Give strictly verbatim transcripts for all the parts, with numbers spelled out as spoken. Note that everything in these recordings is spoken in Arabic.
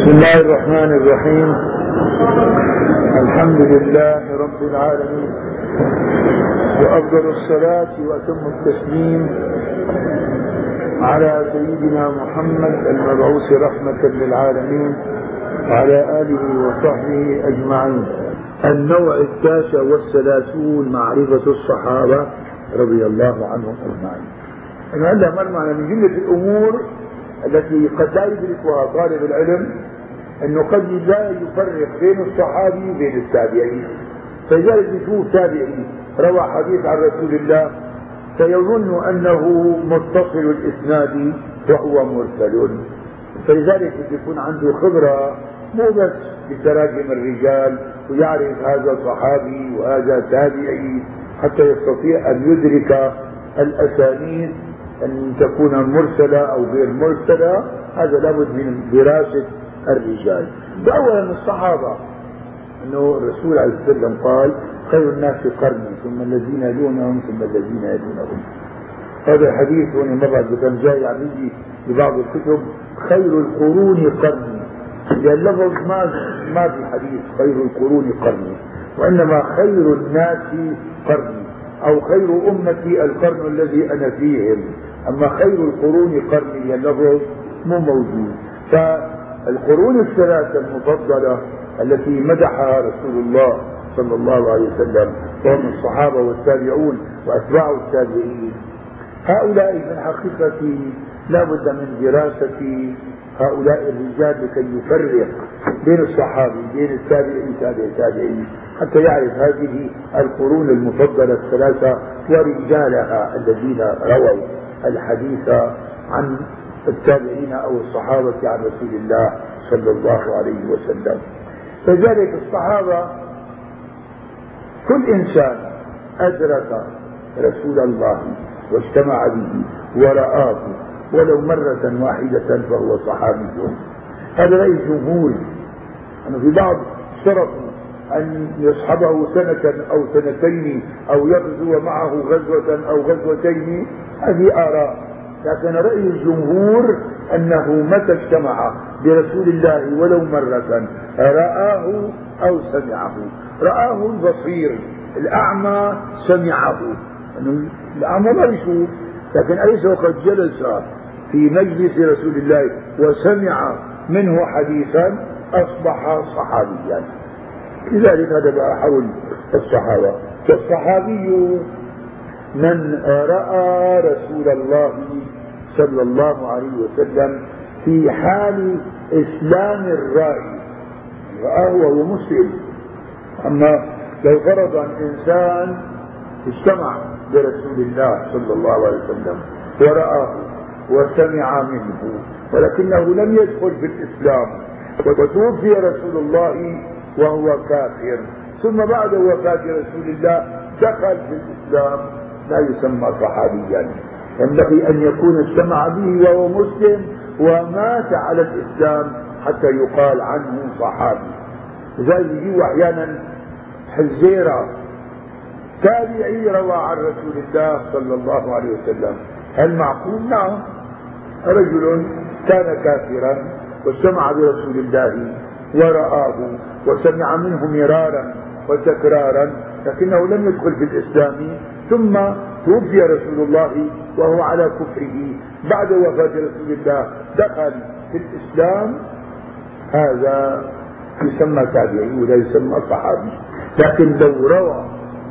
بسم الله الرحمن الرحيم. الحمد لله رب العالمين، وأفضل الصلاة وأتم التسليم على سيدنا محمد المبعوث رحمة للعالمين وعلى آله وصحبه أجمعين. النوع التاسع والثلاثون معرفة الصحابة رضي الله عنهم أجمعين. هذا مر معنا من جملة الأمور التي قد لا يدركها طالب العلم، أنه قد لا يفرق بين الصحابي وبين التابعين. فلذلك يشوف تابعي روى حديث عن رسول الله فيظن أنه متصل الإسناد وهو مرسل، فلذلك يكون عنده خبرة مو بس بتراجم الرجال ويعرف هذا صحابي وهذا تابعي حتى يستطيع أن يدرك الأسانيد أن تكون مرسلة أو غير مرسلة. هذا لابد من دراسة الرجال. فأولا الصحابة، أنه الرسول عليه الصلاة والسلام قال: خير الناس قرني ثم الذين يلونهم ثم الذين يلونهم. هذا الحديث هنا مرة كان جاي عم يجي ببعض الكتب خير القرون قرني، لأن اللفظ ما ما في حديث خير القرون قرني، وإنما خير الناس قرني أو خير أمتي القرن الذي أنا فيهم. أما خير القرون قرني اللفظ مو موجود. فالقرون الثلاثة المفضلة التي مدحها رسول الله صلى الله عليه وسلم وهم الصحابة والتابعون وأتباع التابعين، هؤلاء من حقيقة لا بد من دراسة هؤلاء الرجال لكي يفرق بين الصحابي بين التابعين تابع التابعين حتى يعرف هذه القرون المفضلة الثلاثة ورجالها الذين رووا الحديث عن التابعين أو الصحابة عن رسول الله صلى الله عليه وسلم. فذلك الصحابة كل إنسان أدرك رسول الله واجتمع به ورآه ولو مرة واحدة فهو صحابي. هذا رأي الجمهور، أنه في بعض شرطوا أن يصحبه سنة أو سنتين أو يغزو معه غزوة أو غزوتين، هذه آراء. لكن رأي الجمهور أنه متى اجتمع برسول الله ولو مرة رآه أو سمعه. رآه البصير، الأعمى سمعه، الأعمى ما يشوف، لكن أليس وقد جلس في مجلس رسول الله وسمع منه حديثا أصبح صحابيا. لذلك هذا بقى حول الصحابة. فالصحابي من رأى رسول الله صلى الله عليه وسلم في حال إسلام الرائي، رآه وهو مسلم. أما لو فرض أن إنسان اجتمع برسول الله صلى الله عليه وسلم ورآه وسمع منه ولكنه لم يدخل في الإسلام وتوفي رسول الله وهو كافر، ثم بعد وفاة رسول الله دخل في الإسلام، لا يسمى صحابيا. ينبغي أن يكون اجتمع به وهو مسلم ومات على الإسلام حتى يقال عنه صحابي. لذلك يجيب أحيانا حزيرة تابعي روى عن رسول الله صلى الله عليه وسلم. هل معقول؟ نعم. رجل كان كافرا واجتمع برسول الله ورآه وسمع منه مرارا وتكرارا لكنه لم يدخل في الإسلام، ثم توفي رسول الله وهو على كفره، بعد وفاة رسول الله دخل في الإسلام، هذا يسمى تابعي ولا يسمى صحابي. لكن لو روى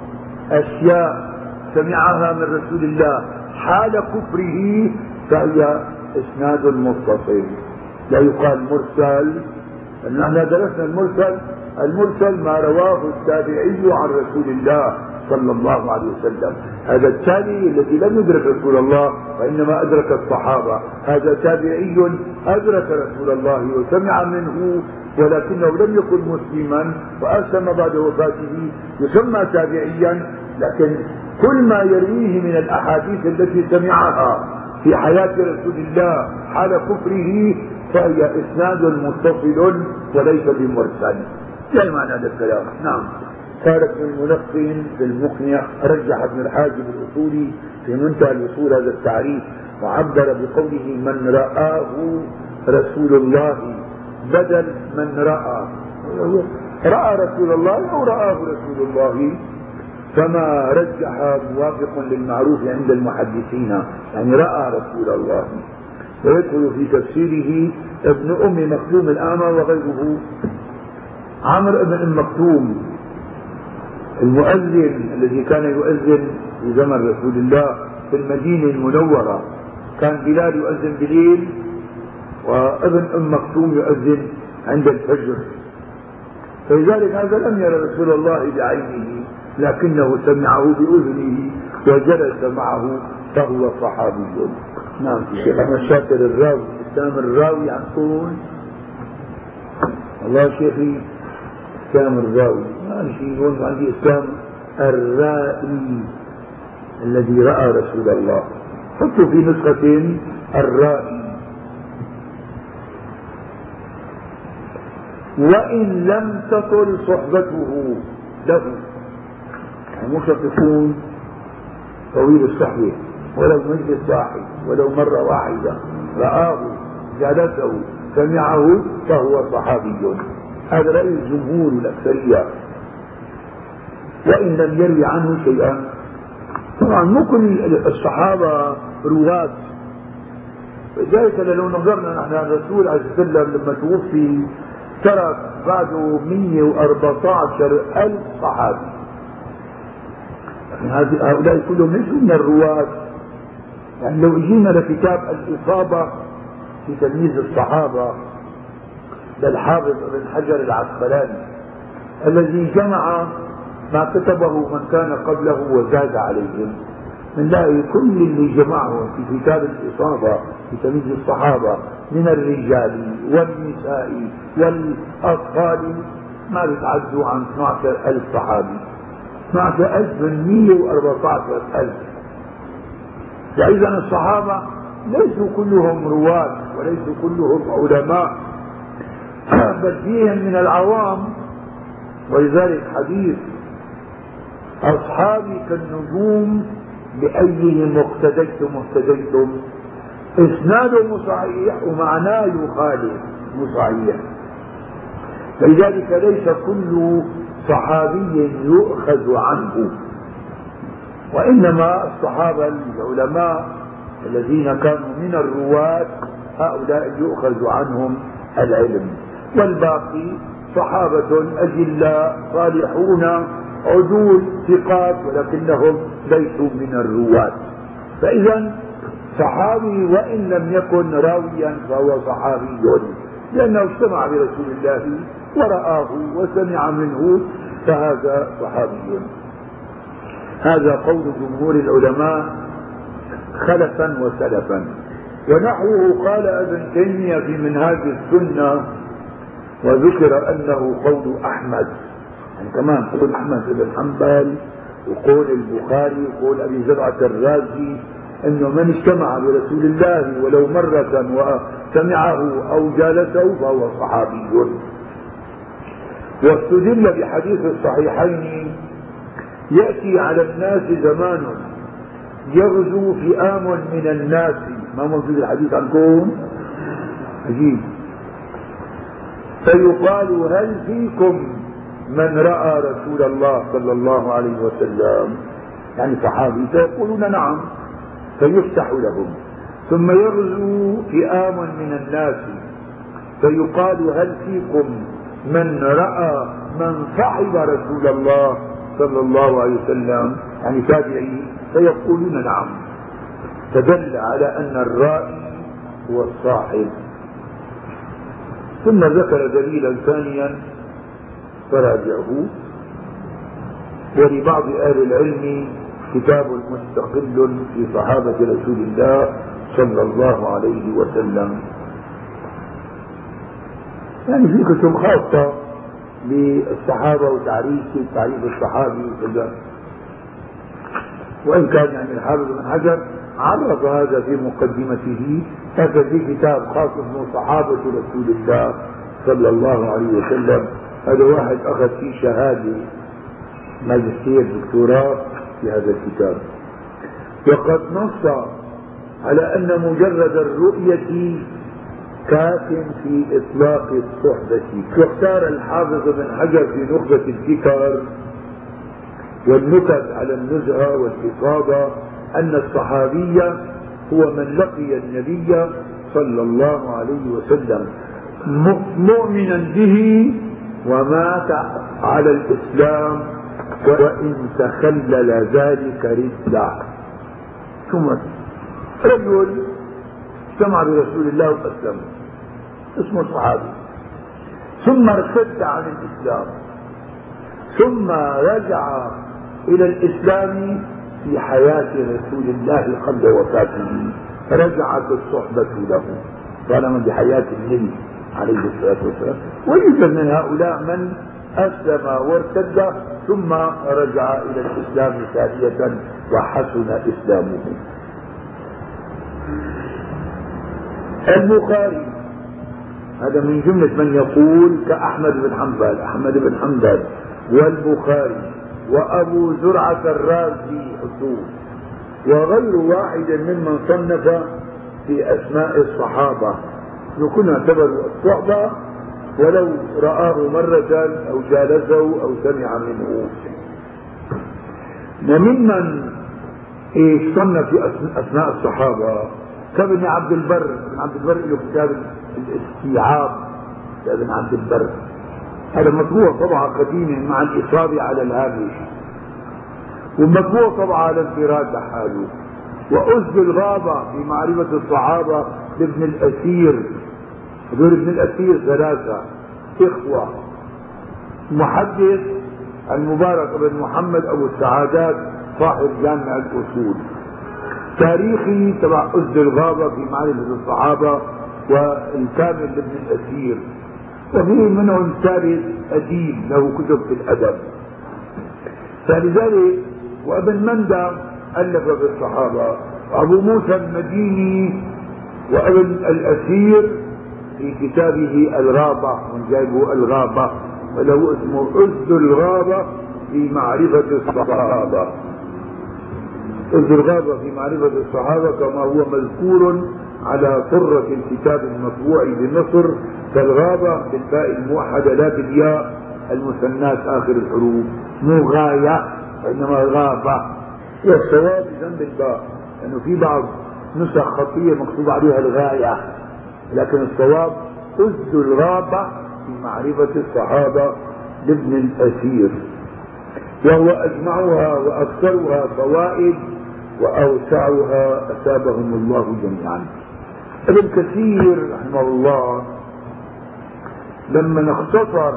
أشياء سمعها من رسول الله حال كفره فهي إسناد متصل، لا يقال مرسل. نحن درسنا المرسل. المرسل ما رواه التابعي عن رسول الله صلى الله عليه وسلم. هذا التابعي الذي لم يدرك رسول الله وإنما أدرك الصحابة، هذا تابعي أدرك رسول الله وسمع منه ولكنه لم يكن مسلما وأسلم بعد وفاته، يسمى تابعيا. لكن كل ما يرويه من الأحاديث التي سمعها في حياة رسول الله حال كفره فهي إسناد متصل وليس بمرسل. لا معنى هذا الكلام. نعم. قال ابن الملقن في المقنع: رجح ابن الحاجب الأصولي في منتهى الوصول هذا التعريف وعبر بقوله: من رآه رسول الله بدل من رأى. رأى رسول الله أو رآه رسول الله، كما رجح موافق للمعروف عند المحدثين، يعني رأى رسول الله. ويدخل في تفسيره ابن أم مكتوم الأعمى وغيره. عمرو بن أم مكتوم المؤذن الذي كان يؤذن في زمن رسول الله في المدينة المنورة، كان بلال يؤذن بليل وابن أم مكتوم يؤذن عند الفجر، فلذلك هذا لم يرى رسول الله بعينه لكنه سمعه بأذنه وجلس معه فهو صحابي. نعم. الشيخ أحمد شاكر الراوي، إسلام الراوي عن طول الله شيخي إسلام الراوي، ما شيء هون عندي إسلام الرائي الذي رأى رسول الله، حطوا في نسخة الرائي. وإن لم تطل صحبته له، يعني مش تكون طويل الصحبة، ولو مجلس واحد ولو مرة واحدة رآه جلسه سمعه فهو صحابي. هذا رأي الجمهور الأكثرية. وإن لم يروي عنه شيئا، طبعا مو كل الصحابة رواة، لذلك لو نظرنا نحن الرسول عليه الصلاة والسلام لما توفي ترك بعده مئة وأربعة عشر ألف صحابي، يعني هؤلاء كلهم ليسوا من الرواة. يعني لو اجينا لكتاب الإصابة في تمييز الصحابة للحافظ ابن حجر العسقلاني الذي جمع ما كتبه من كان قبله وزاد عليهم، نلاقي كل اللي جمعه في كتاب الإصابة في تمييز الصحابة من الرجال والنساء والأطفال ما بيتعدوا عن اثني عشر ألف صحابي، اثني عشر ألف من مئة وأربعة عشر ألف. وإذا الصحابة ليسوا كلهم رواة وليسوا كلهم علماء، بل فيهم من العوام. ولذلك حديث أصحابي كالنجوم بأيهم اقتديتم اهتديتم إسناده صحيح ومعناه يخالف صحيح. فلذلك ليس كل صحابي يؤخذ عنه، وإنما الصحابة العلماء الذين كانوا من الرواة هؤلاء يؤخذ عنهم العلم، والباقي صحابة أجلاء صالحون عدول ثقات ولكنهم ليسوا من الرواة. فإذا صحابي وإن لم يكن راويا فهو صحابي، لأنه اجتمع برسول الله ورآه وسمع منه فهذا صحابي. هذا قول جمهور العلماء خلفا وسلفا. ونحوه قال ابن تيمية في منهاج السنة، وذكر أنه قول أحمد، يعني كمان قول أحمد بن حنبل وقول البخاري وقول أبي زرعة الرازي، أنه من اجتمع برسول الله ولو مرة وسمعه أو جالسه فهو صحابي. واستدل بحديث الصحيحين يأتي على الناس زمان يغزو فئام من الناس، ما موجود الحديث عنكم عجيب، فيقال هل فيكم من رأى رسول الله صلى الله عليه وسلم، يعني صحابي، فيقولون نعم، فيفتح لهم. ثم يغزو فئام من الناس فيقال هل فيكم من رأى من صحب رسول الله صلى الله عليه وسلم، يعني تابعي، فيقولون نعم. فدل على أن الرائي هو الصاحب. ثم ذكر دليلا ثانيا فراجعه. ولبعض أهل العلم كتاب مستقل في صحابة رسول الله صلى الله عليه وسلم، يعني في كتب خاصة بالصحابة وتعريف تعريف الصحابي وكذا. وإن كان يعني الحافظ بن حجر عرف هذا في مقدمته، هذا في كتاب خاص اسمه صحابة رسول الله صلى الله عليه وسلم. هذا واحد أخذ فيه شهادة ماجستير دكتوراه في هذا الكتاب. وقد نص على أن مجرد الرؤية كاف في إطلاق الصحبة. واختار الحافظ ابن حجر في نخبة الفكر والنكت على النزهة والإصابة أن الصحابي هو من لقي النبي صلى الله عليه وسلم مؤمنا به ومات على الإسلام وإن تخلل ذلك ردة. ثم رجل اجتمع برسول الله وأسلم اسمه صحابي، ثم ارتد عن الإسلام، ثم رجع إلى الإسلام في حياة رسول الله قبل وفاته، رجعت الصحبة له طالما بحياة النبي عليه الصلاة والسلام. ويوجد من هؤلاء من أسلم وارتد ثم رجع إلى الإسلام ثانية وحسن إسلامه. البخاري هذا من جملة من يقول كأحمد بن حنبل أحمد بن حنبل والبخاري وأبو زرعة الرازي حصول وغير واحد ممن صنف في أسماء الصحابة يكون اعتبروا الصحبة ولو رآه مرة أو جالسه أو سمع منه. وممن صنف في أسماء الصحابة كابن عبد البر. ابن عبد البر له كتاب الاستيعاب ابن عبد البر، هذا مطبوع طبعة قديمة مع الإصابة على الهامش، ومطبوع طبعة على انفراد لحاله. وأسد الغابة في معرفة الصحابة لابن الأثير، هذول ابن الأثير ثلاثة إخوة. محدث المبارك بن محمد أبو السعادات صاحب جامع الأصول. تاريخي تبع أسد الغابة في معرفة الصحابة والكامل لابن الأثير. وفيه منهم ثالث أديب له كتب في الأدب. فلذلك وابن مندى ألف في الصحابة، وأبو موسى المديني وابن الأثير في كتابه الغابة من جايبه الغابة وله اسمه أسد الغابة في معرفة الصحابة. أسد الغابة في معرفة الصحابة كما هو مذكور على طرة الكتاب المطبوع بمصر كالغابة بالباء الموحدة لا بالياء المثنات آخر الحروف، مو غاية وإنما غابة. والصواب بجنب الباء لأنه في بعض نسخ خطية مكتوب عليها الغاية، لكن الصواب أسد الغابة في معرفة الصحابة لابن الأثير، وهو أجمعها وأكثرها فوائد وأوسعها أثابهم الله جميعا. ابن كثير رحمه الله لما اختصر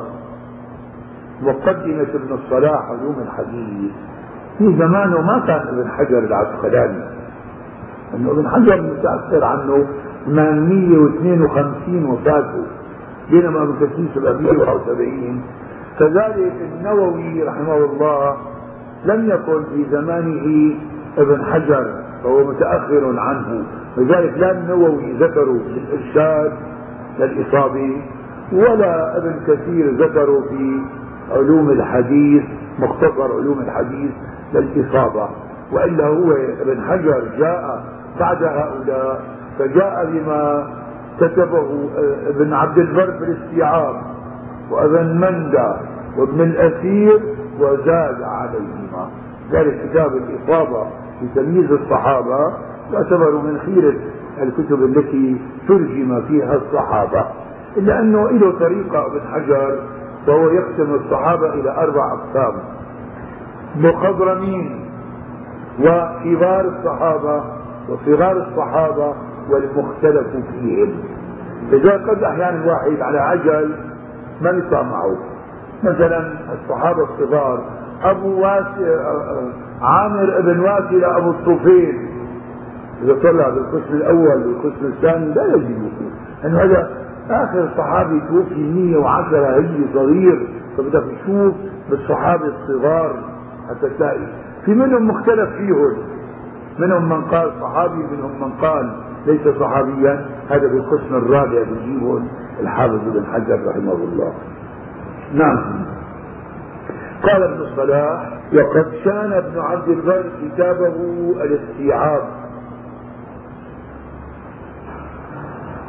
مقدمة ابن الصلاح علوم الحديث في زمانه ما كان ابن حجر العسقلاني، انه ابن حجر متأثر عنه ثمانمئة واثنين وخمسين وفاته، بينما ابن كثير سبعمئة وسبعة وسبعين. كذلك النووي رحمه الله لم يكن في زمانه ابن حجر فهو متأخر عنه، لذلك لا النووي ذكروا في الإرشاد للإصابة ولا ابن كثير ذكروا في علوم الحديث مختصر علوم الحديث للإصابة. وإلا هو ابن حجر جاء بعد هؤلاء فجاء بما كتبه ابن عبد البر في الاستيعاب وابن مندى وابن الأثير وزاد عليهما. ذلك كتاب الإصابة في تمييز الصحابة يعتبر من خيرة الكتب التي ترجم فيها الصحابة، إلا أنه له طريقة ابن حجر فهو يقسم الصحابة إلى أربع أقسام: مخضرمين وكبار الصحابة وصغار الصحابة والمختلف فيهم. إذا قد أحيانا الواحد على عجل ما يطلع معه، مثلا الصحابة الصغار أبو واسع عامر ابن واسل أبو الطفيل، إذا طلع بالقسم الأول والقسم الثاني لا يجب، لأن هذا آخر صحابي توفي مئة وعشرة هجري صغير، فبدك تشوف بالصحابة الصغار حتى تلاقي في منهم مختلف فيهم، منهم من قال صحابي منهم من قال ليس صحابيا. هذا بالقسم الرابع بيجيبهم الحافظ ابن حجر رحمه الله. نعم. قال ابن الصلاح: وقد شان ابن عبد البر كتابه الاستيعاب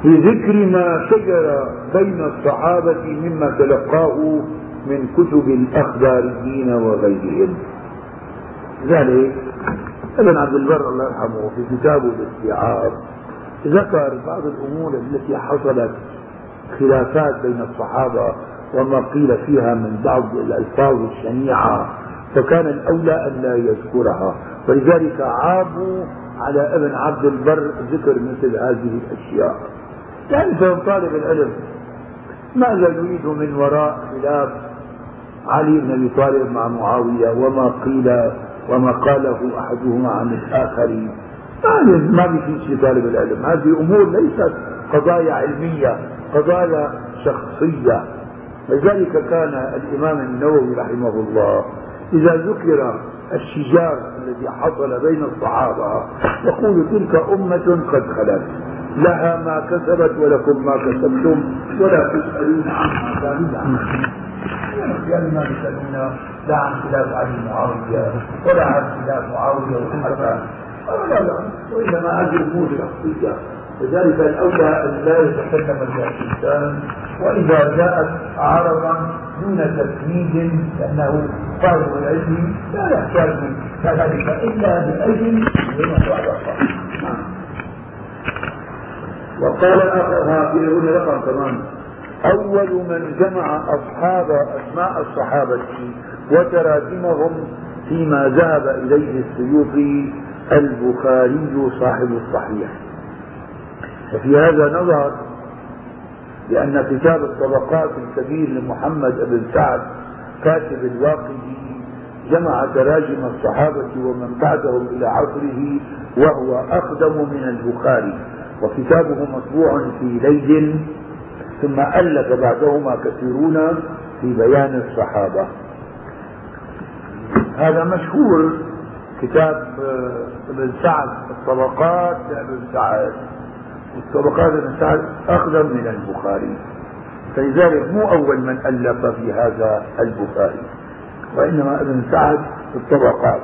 في ذكر ما شجر بين الصحابة مما تلقاه من كتب الأخباريين وغيرهم. ذلك ابن عبد البر الله يرحمه في كتابه الاستيعاب ذكر بعض الأمور التي حصلت خلافات بين الصحابة وما قيل فيها من بعض الألفاظ الشنيعة، فكان الأولى أن لا يذكرها، ولذلك عابوا على ابن عبد البر ذكر مثل هذه الأشياء. يعني طالب العلم ماذا يريد من وراء خلاف علي بن أبي طالب مع معاوية وما قيل وما قاله أحدهما عن الآخر؟ ما بيفيد شيء طالب العلم. هذه أمور ليست قضايا علمية، قضايا شخصية. لذلك كان الإمام النووي رحمه الله إذا ذكر الشجار الذي حصل بين الصحابة يقول تلك أمة قد خلت لها ما كسبت ولكم ما كسبتم ولا تسألون عما كانوا يعملون. يعني ما يسألون لا عن خلاف علي معاوية ولا عن خلاف معاوية والحسن، لا لا، وإنما هذه أمور شخصية. لذلك الأولى أن لا يتكلم بها الإنسان، وإذا جاءت عرضا دون تفنيد لأنه طالب العلم لا يحتاج ذلك إلا بأجل لما بعد الصحيح. وقال آخر في هنا رقم كمان: أول من جمع أصحاب أسماء الصحابة وتراجمهم فيما ذهب إليه السيوطي البخاري صاحب الصحيح. وفي هذا نظر لأن كتاب الطبقات الكبير لمحمد بن سعد كاتب الواقدي جمع تراجم الصحابة ومن بعدهم إلى عصره وهو أقدم من البخاري، وكتابه مطبوع في ليل، ثم ألف بعدهما كثيرون في بيان الصحابة. هذا مشهور كتاب ابن سعد الطبقات لابن سعد، والطبقات ابن سعد أقدم من البخاري، فلذلك مو أول من ألف في هذا البخاري، وإنما ابن سعد الطبقات.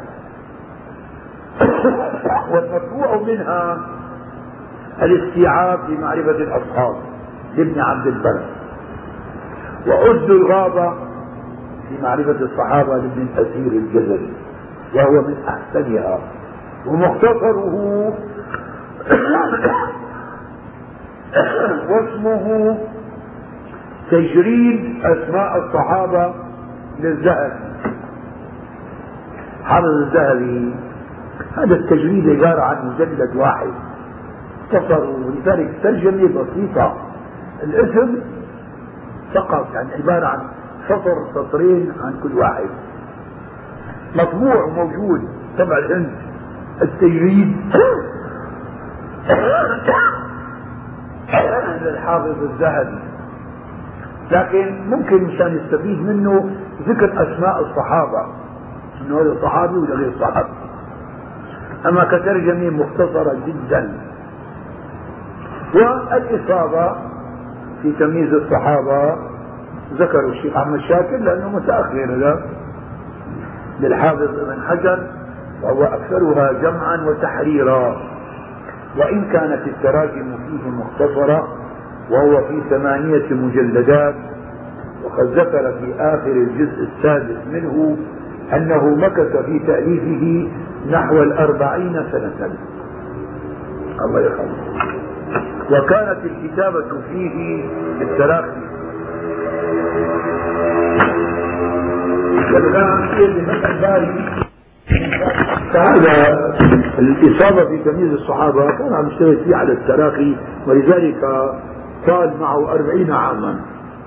والمطبوع منها الاستيعاب في معرفة الأصحاب لابن عبد البر، وعز الغابة في معرفة الصحابة لابن الأثير الجزري وهو من أحسنها، ومختصره واسمه تجريد أسماء الصحابة للذهبي. حافظ الذهبي هذا التجريد عبارة عن مجلد واحد اختصر، ولذلك ترجمة بسيطة، الاسم فقط، يعني عبارة عن سطر سطرين عن كل واحد. مطبوع موجود تبع الهند التجريد للحافظ الذهبي، لكن ممكن مشان يستفيد منه ذكر أسماء الصحابة انه هذا صحابي ولا غير صحابي، اما كترجمة مختصرة جدا. والإصابة في تمييز الصحابة ذكر الشيخ أحمد شاكر لأنه متأخر له للحافظ ابن حجر، وهو أكثرها جمعا وتحريرا، وإن كانت التراجم فيه مختصرة وهو في ثمانية مجلدات. وقد ذكر في آخر الجزء السادس منه أنه مكث في تأليفه نحو الأربعين سنة، الله يرحمه. وكانت الكتابة فيه بالتراخي، هذا الإصابة في تمييز الصحابة كان عم يشتغل فيه على التراخي، ولذلك طال معه أربعين عاما،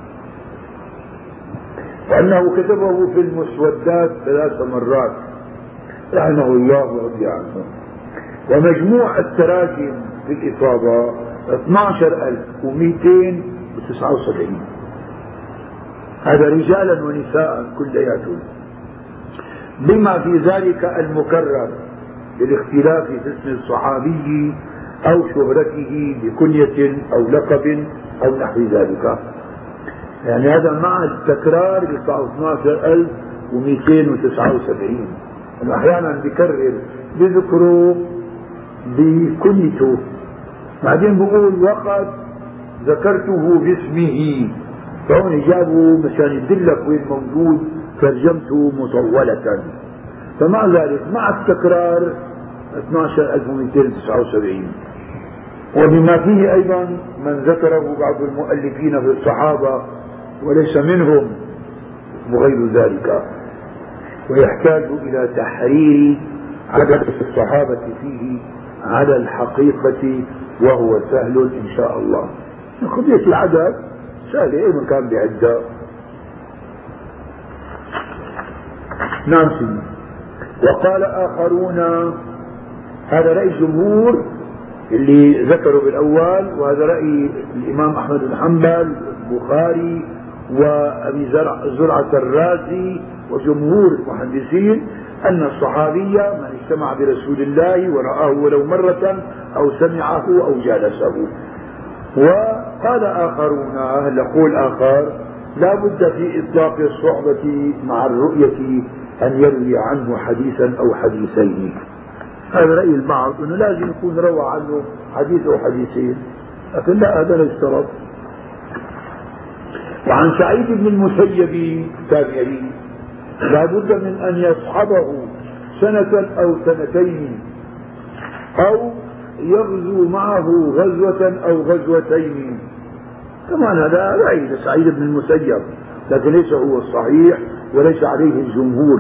وأنه كتبه في المسودات ثلاث مرات رحمه الله ورضي عنه. ومجموع التراجم في الإصابة اثني عشر ألف ومئتين وتسعة وسبعين، هذا رجالا ونساء كلياتهم، بما في ذلك المكرر بالاختلاف في اسم الصحابي أو شهرته بكنية أو لقب أو نحو ذلك. يعني هذا مع التكرار يطلع اثني عشر ألف ومئتين وتسعة وسبعين، أحيانا بكرر بذكره بكنيته بعدين بقول وقد ذكرته باسمه، فهون جابوا مشان يدلك وين موجود ترجمته مطولة، فمع ذلك مع التكرار اثني عشر ألف ومئتين وتسعة وسبعين. وبما فيه أيضا من ذكره بعض المؤلفين في الصحابة وليس منهم وغير ذلك، ويحتاج إلى تحرير عدد الصحابة فيه على الحقيقة، وهو سهل إن شاء الله. قضية العدد سهلة، أي من كان بعدة. نعم سيدي. وقال آخرون، هذا رأي الجمهور اللي ذكروا بالأول، وهذا رأي الإمام أحمد بن حنبل البخاري وأبي زرع زرعة الرازي وجمهور المحدثين، أن الصحابي من اجتمع برسول الله ورآه ولو مرة أو سمعه أو جالسه. وقال آخرون، يقول آخر لا بد في إطلاق الصحبة مع الرؤية أن يروي عنه حديثا أو حديثين. هذا رأي البعض أنه لازم يكون روى عنه حديث أو حديثين، لكن لا، هذا لا يشترط. وعن سعيد بن المسيب تابعي لا بد من أن يصحبه سنة أو سنتين أو يغزو معه غزوة أو غزوتين. كمان هذا رأي سعيد بن المسيب، لكن ليس هو الصحيح وليس عليه الجمهور.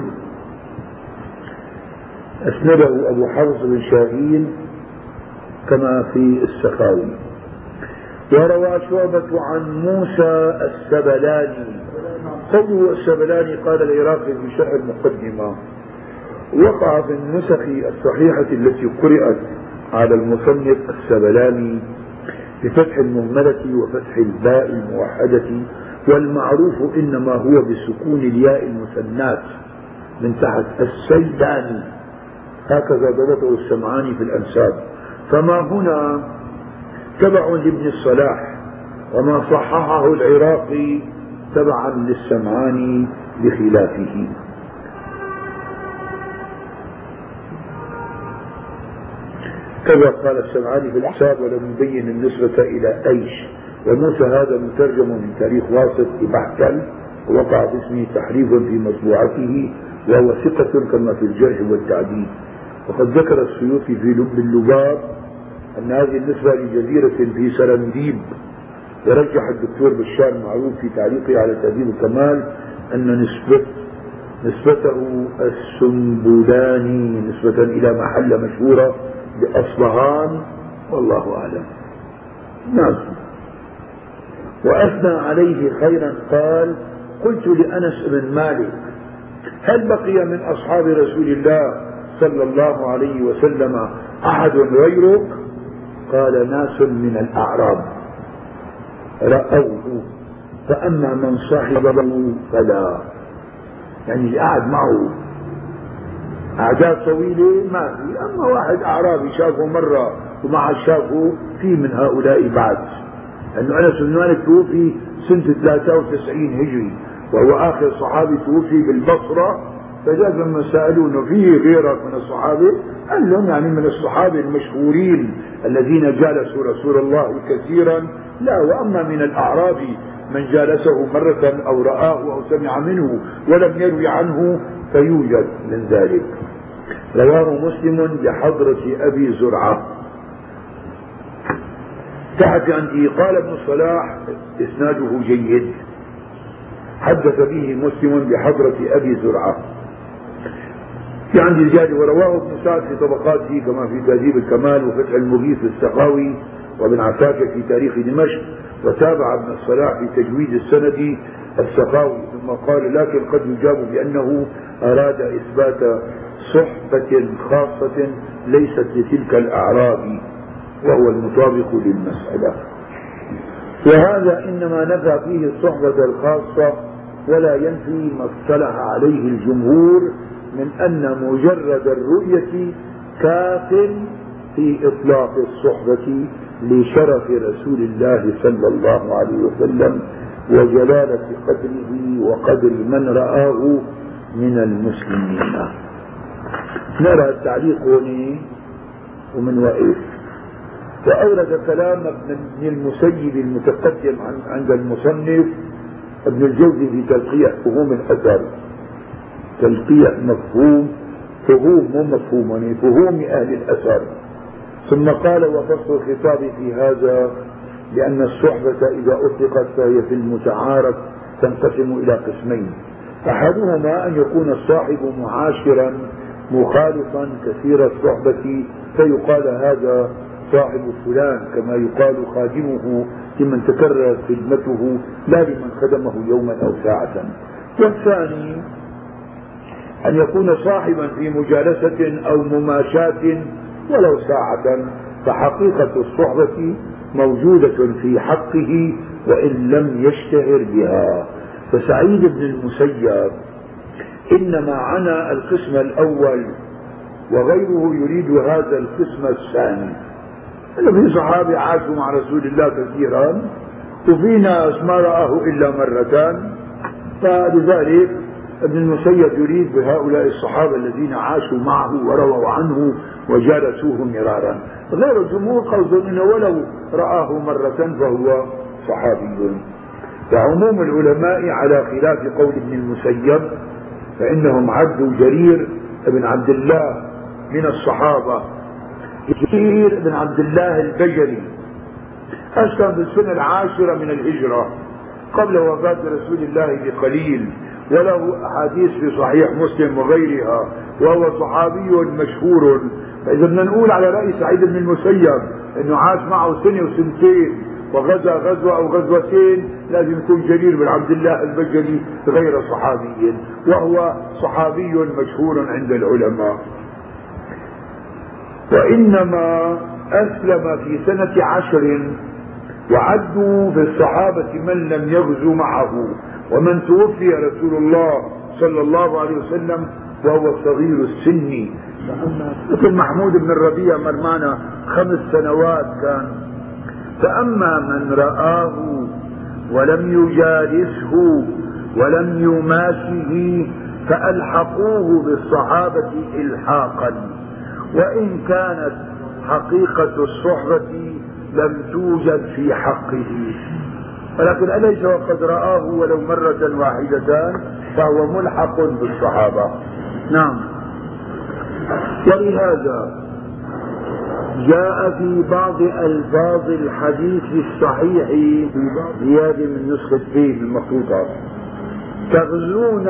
أسنده أبو حفص بن شاهين كما في السخاوي. وروى شعبة عن موسى السبلاني. قوله السبلاني قال العراقي في شرح المقدمة وقع في النسخ الصحيحة التي قرأت على المصنف السبلاني بفتح المهملة وفتح الباء الموحدة، والمعروف إنما هو بسكون الياء المثنات من تحت السيداني، هكذا ضبطه السمعاني في الأنساب. فما هنا تبع لابن الصلاح، وما صححه العراقي تبعا للسمعاني بخلافه. كذا قال السمعاني في الأحساب ولم يبين النسبة إلى أيش. وموسى هذا مترجم من تاريخ واسط بحثا، ووقع باسمه تحريف في مطبوعته، وهو ثقة كما في الجرح والتعديل. وقد ذكر السيوطي في لب اللباب أن هذه النسبة لجزيرة في سرنديب. ورجح الدكتور بشار معروف في تعليقه على تهذيب الكمال أن نسبة نسبته السنبلاني نسبة إلى محل مشهورة بأصبهان، والله أعلم. نعم. وأثنى عليه خيرا قال: قلت لأنس بن مالك: هل بقي من أصحاب رسول الله صلى الله عليه وسلم أحد غيرك؟ قال: ناس من الأعراب رأوه، فأما من صاحبه فلا. يعني اللي قاعد معه أعداد طويلة ما في، أما واحد أعرابي شافه مرة ومع شافه في من هؤلاء بعد. لأنه أنس بن مالك توفي سنة ثلاثة وتسعين هجري، وهو آخر صحابي توفي بالبصرة. فجاء لما سألوا انه فيه غيرك من الصحابة، قال لهم يعني من الصحابة المشهورين الذين جالسوا رسول الله كثيرا لا، وأما من الأعراب من جالسه مرة أو رآه أو سمع منه ولم يروي عنه فيوجد من ذلك. رواه مسلم بحضرة أبي زرعة. تحت عندي قال ابن الصلاح إسناده جيد، حدث به مسلم بحضرة أبي زرعة. في عندي زيادة: ورواه ابن سعد في طبقاته كما في تهذيب الكمال وفتح المغيث السخاوي وابن عساكر في تاريخ دمشق، وتابع ابن الصلاح في تجويد السند السخاوي. ثم قال: لكن قد يجاب بأنه أراد إثبات صحبة خاصة ليست لتلك الأعراب، وهو المطابق للمسألة. وهذا إنما نفى فيه الصحبة الخاصة، ولا ينفي ما اصطلح عليه الجمهور من أن مجرد الرؤية كاف في إطلاق الصحبة لشرف رسول الله صلى الله عليه وسلم وجلالة قدره وقدر من رآه من المسلمين. نرى التعليق هنا ومن وقف. وأورد كلام ابن المسيب المتقدم عند المصنف ابن الجوزي في تلقيح فهوم الأثر، تلقيح مفهوم فهوم مو مفهوم يعني فهوم أهل الأثر. ثم قال وفصل الخطاب في هذا لأن الصحبة إذا أطلقت فهي في المتعارف تنقسم إلى قسمين، أحدهما أن يكون الصاحب معاشرا مخالفا كثير الصحبة فيقال هذا صاحب فلان، كما يقال خادمه لمن تكرر خدمته لا لمن خدمه يوما أو ساعة. والثاني أن يكون صاحبا في مجالسة أو مماشاة ولو ساعة، فحقيقة الصحبة موجودة في حقه وإن لم يشتهر بها. فسعيد بن المسيب إنما عنا القسم الأول وغيره يريد هذا القسم الثاني. في صحابة عاشوا مع رسول الله كثيرا وفي ناس ما رآه إلا مرتان، فلذلك ابن المسيب يريد بهؤلاء الصحابة الذين عاشوا معه ورووا عنه وجالسوه مرارا. غير الجمهور قصدهم انه ولو رآه مرة فهو صحابي. وعموم العلماء على خلاف قول ابن المسيب، فإنهم عدوا جرير بن عبد الله من الصحابة. جرير بن عبد الله البجلي أسلم في السنة العاشرة من الهجرة قبل وفاة رسول الله بقليل، وله أحاديث في صحيح مسلم وغيرها، وهو صحابي مشهور. فإذا بدنا نقول على رأي سعيد بن المسيب أنه عاش معه سنة وسنتين وغزا غزوة أو غزوتين، لازم يكون جرير بن عبد الله البجلي غير صحابي، وهو صحابي مشهور عند العلماء. وإنما أسلم في سنة عشر، وعدوا في الصحابة من لم يغزو معه، ومن توفي رسول الله صلى الله عليه وسلم وهو صغير السن، مثل محمود بن الربيع مر معنا خمس سنوات كان. فأما من رآه ولم يجالسه ولم يماشيه فألحقوه بالصحابة إلحاقا، وإن كانت حقيقة الصحبة لم توجد في حقه، ولكن أليس وقد رآه ولو مرة واحدة فهو ملحق بالصحابة. نعم. ولهذا جاء في بعض ألفاظ الحديث الصحيح في زيادة من نسخة فيه المخطوطة: تغزون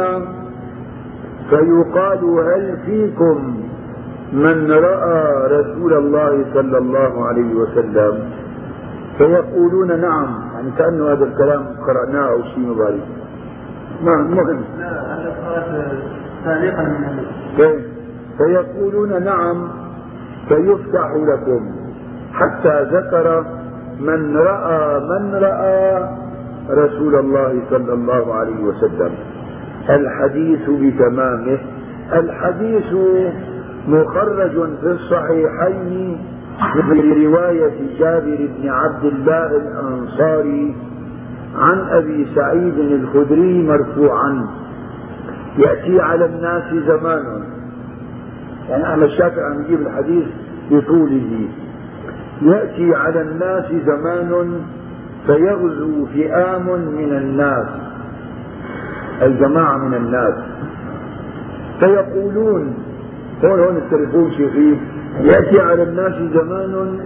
فيقال هل فيكم من رأى رسول الله صلى الله عليه وسلم؟ فيقولون نعم، يعني كأنه هذا الكلام قرأناه أو شيء مبارك. نعم مهم. لا هذا قرأت تعليقا من فيقولون نعم فيفتح لكم، حتى ذكر من رأى من رأى رسول الله صلى الله عليه وسلم. الحديث بتمامه. الحديث مخرج في الصحيحين في رواية جابر بن عبد الله الأنصاري عن أبي سعيد الخدري مرفوعا: يأتي على الناس زمان، يعني أحمد الشافعي عم يجيب الحديث بطوله: يأتي على الناس زمان فيغزو فئام من الناس، الجماعة من الناس، فيقولون، هون هون التليفون شيخي، يأتي على الناس زمان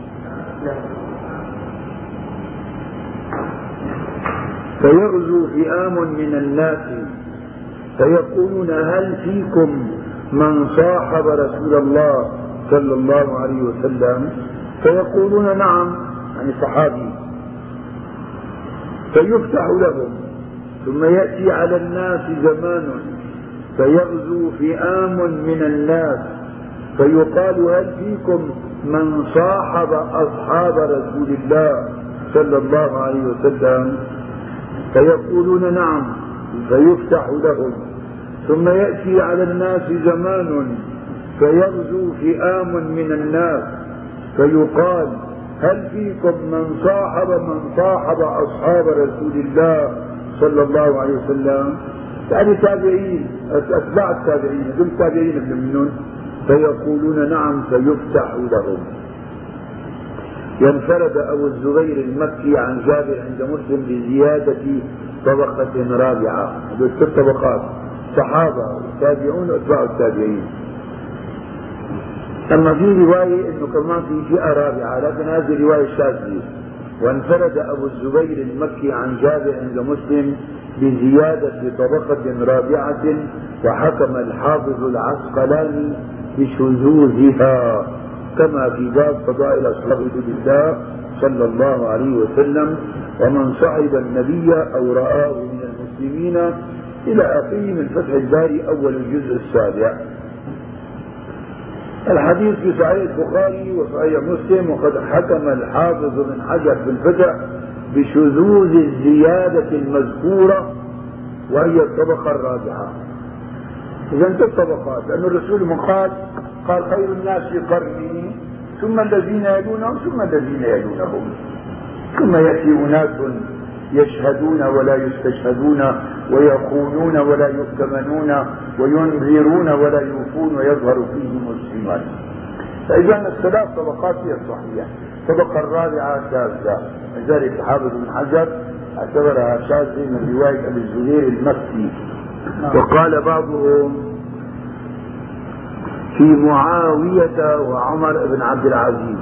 فيغزو فئام من الناس فيقولون هل فيكم من صاحب رسول الله صلى الله عليه وسلم؟ فيقولون نعم، يعني صحابي. فيفتح لهم، ثم يأتي على الناس زمان فيغزو فئام من الناس فيقال هل فيكم من صاحب أصحاب رسول الله صلى الله عليه وسلم؟ فيقولون نعم، فيفتح لهم، ثم يأتي على الناس زمان فيغزو فئام من الناس فيقال هل فيكم من صاحب من صاحب أصحاب رسول الله صلى الله عليه وسلم؟ يعني تابعين، أتباع التابعين، دول تابعين منهم، فيقولون نعم، فيفتح لهم. وانفرد أبو الزبير المكي عن جابر عند مسلم بزيادة طبقة رابعة. هذول ست طبقات: صحابة والتابعون وأتباع التابعين. أما في رواية أنه كمان في فئة رابعة، لكن هذه الرواية شاذة. وانفرد أبو الزبير المكي عن جابر عند مسلم بزيادة طبقة رابعة، وحكم الحافظ العسقلاني بشذوذها، كما في باب فضائل أصحاب رسول الله صلى الله عليه وسلم ومن صحب النبي أو رآه من المسلمين إلى آخره من فتح الباري أول الجزء السابع. الحديث في صحيح البخاري وصحيح مسلم، وقد حكم الحافظ بن حجر في الفتح بشذوذ الزيادة المذكورة وهي الطبقة الرابعة. إذا انت الطبقات، لأن الرسول من قال قال خير الناس في قرني ثم الذين يلونهم ثم الذين يلونهم، ثم يأتي أناس يشهدون ولا يستشهدون ويخونون ولا يؤتمنون وينذرون ولا يوفون ويظهر فيهم السمان. فإذا الثلاث طبقات هي الصحيحة. الطبقة الرابعة شاذة، لذلك الحافظ بن حجر اعتبرها شاذة من رواية أبي الزبير المكي. وقال بعضهم في معاوية وعمر بن عبد العزيز.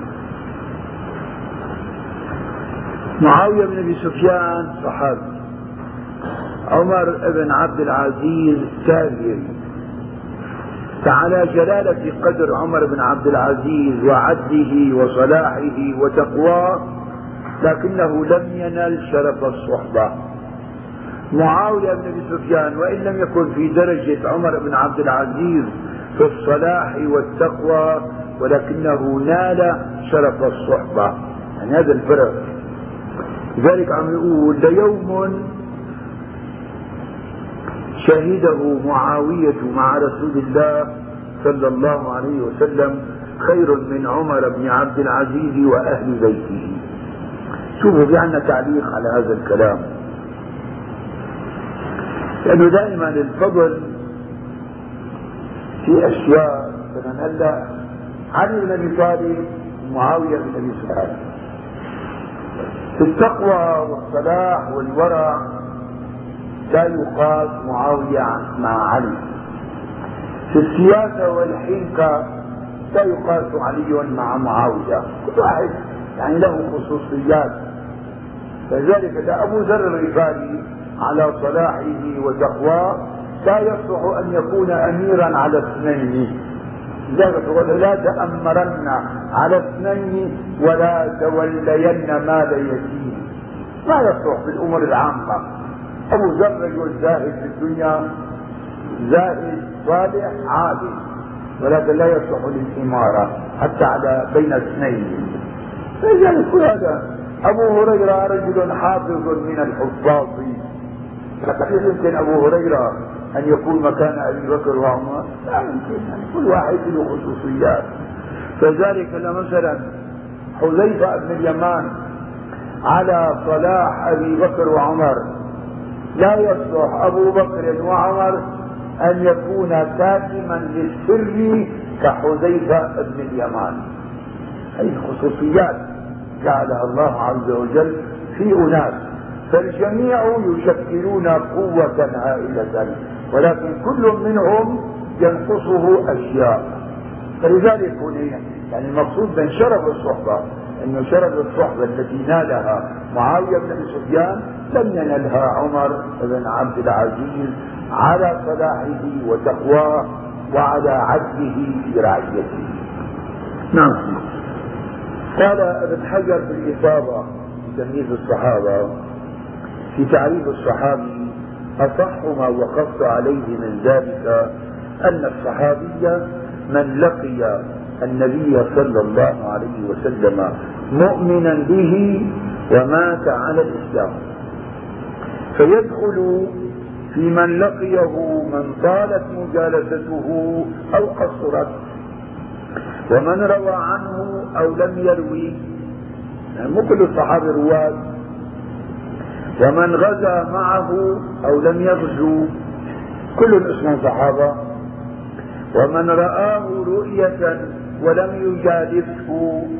معاوية بن أبي سفيان صحابي، عمر بن عبد العزيز تابعي. فعلى جلالة قدر عمر بن عبد العزيز وعدله وصلاحه وتقواه، لكنه لم ينل شرف الصحبة. معاوية بن أبي سفيان وإن لم يكن في درجة عمر بن عبد العزيز في الصلاح والتقوى، ولكنه نال شرف الصحبة. يعني هذا الفرق. لذلك عم يقول ليوم شهده معاوية مع رسول الله صلى الله عليه وسلم خير من عمر بن عبد العزيز وأهل بيته. شوفوا في عنا تعليق على هذا الكلام، لأنه دائما الفضل في أشياء. مثلا هلا علي بن أبي طالب معاوية بن أبي سفيان في التقوى والصلاح والورع لا يقاس معاوية مع علي. في السياسة والحنكة لا يقاس علي مع معاوية، كل واحد يعني له خصوصيات. فذلك أبو ذر الغفاري على صلاحه وتقواه لا يصلح أن يكون أميرا على اثنين. لذلك يقول لا تأمرن على اثنين ولا تولين مال يتيم. ما يصلح في الأمور العامة. أبو ذر رجل زاهد في الدنيا، زاهد صالح عادل، ولكن لا يصلح للإمارة حتى على بين اثنين. فلذلك كل هذا. أبو هريرة رجل حافظ من الحفاظ، فكيف يمكن أبو هريرة أن يكون مكان أبي بكر وعمر؟ لا يمكن. يعني كل واحد له خصوصيات. فذلك مثلا حذيفة بن اليمان على صلاح أبي بكر وعمر، لا يصلح أبو بكر وعمر أن يكون كاتما للسر كحذيفة بن اليمان. هذه خصوصيات جعلها الله عز وجل في أناس، فالجميع يشكلون قوة هائلة، ولكن كل منهم ينقصه أشياء. فلذلك يعني المقصود من شرف الصحبة أن شرف الصحبة التي نالها معاوية بن أبي سفيان لم ينلها عمر بن عبد العزيز على صلاحه وتقواه وعلى عدله في رعيته. نعم. قال ابن حجر في الإصابة في تمييز الصحابة في تعريف الصحابي: أصح ما وقفت عليه من ذلك أن الصحابي من لقي النبي صلى الله عليه وسلم مؤمنا به ومات على الإسلام، فيدخل في من لقيه من طالت مجالسته أو قصرت، ومن روى عنه أو لم يروي، يعني مو كل الصحابة رواد، ومن غزا معه أو لم يغزو، كل اسمهم صحابة، ومن رآه رؤية ولم يجالسه،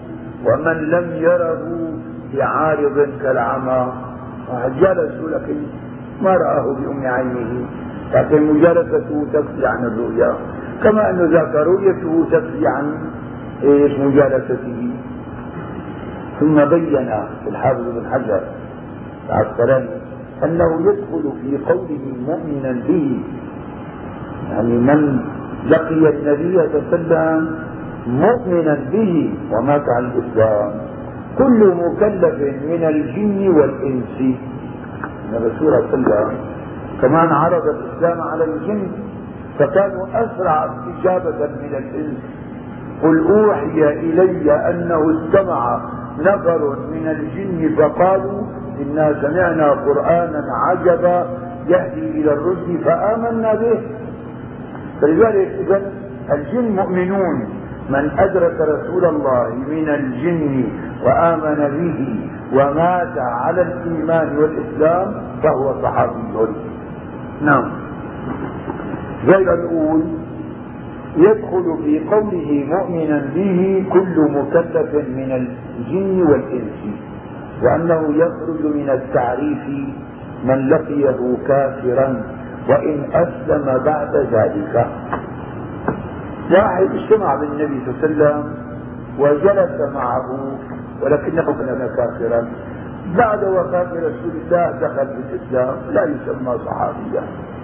ومن لم يره بعارض كالعمى، جلسوا لكن ما رآه بأم عينه، لكن مجالسته تكفي عن الرؤيا، كما أن ذاك رؤيته تكفي عن إيش مجالسته. ثم بين الحافظ بن حجر العسقلاني أنه يدخل في قوله مؤمنا به، يعني من لقي النبي صلى الله عليه وسلم مؤمنا به ومات على الإسلام كل مكلف من الجن والإنس. الرسول صلى الله عليه وسلم كمان عرض الإسلام على الجن فكانوا أسرع استجابة من الإنس. قل أوحي إلي أنه استمع نفر من الجن فقالوا إنا سمعنا قرآنا عجبا يهدي إلى الرشد فآمنا به. فلذلك إذن الجن مؤمنون، من أدرك رسول الله من الجن وآمن به ومات على الإيمان والإسلام فهو صحابي. نعم. زي ما نقول يدخل في قوله مؤمنا به كل مكلف من الجن والإنس، وأنه يخرج من التعريف من لقيه كافرا وإن أسلم بعد ذلك. واحد اجتمع بالنبي صلى الله عليه وسلم وجلس معه ولكنه كان كافرا، بعد وفاة رسول الله دخل في الإسلام، لا يسمى صحابيا،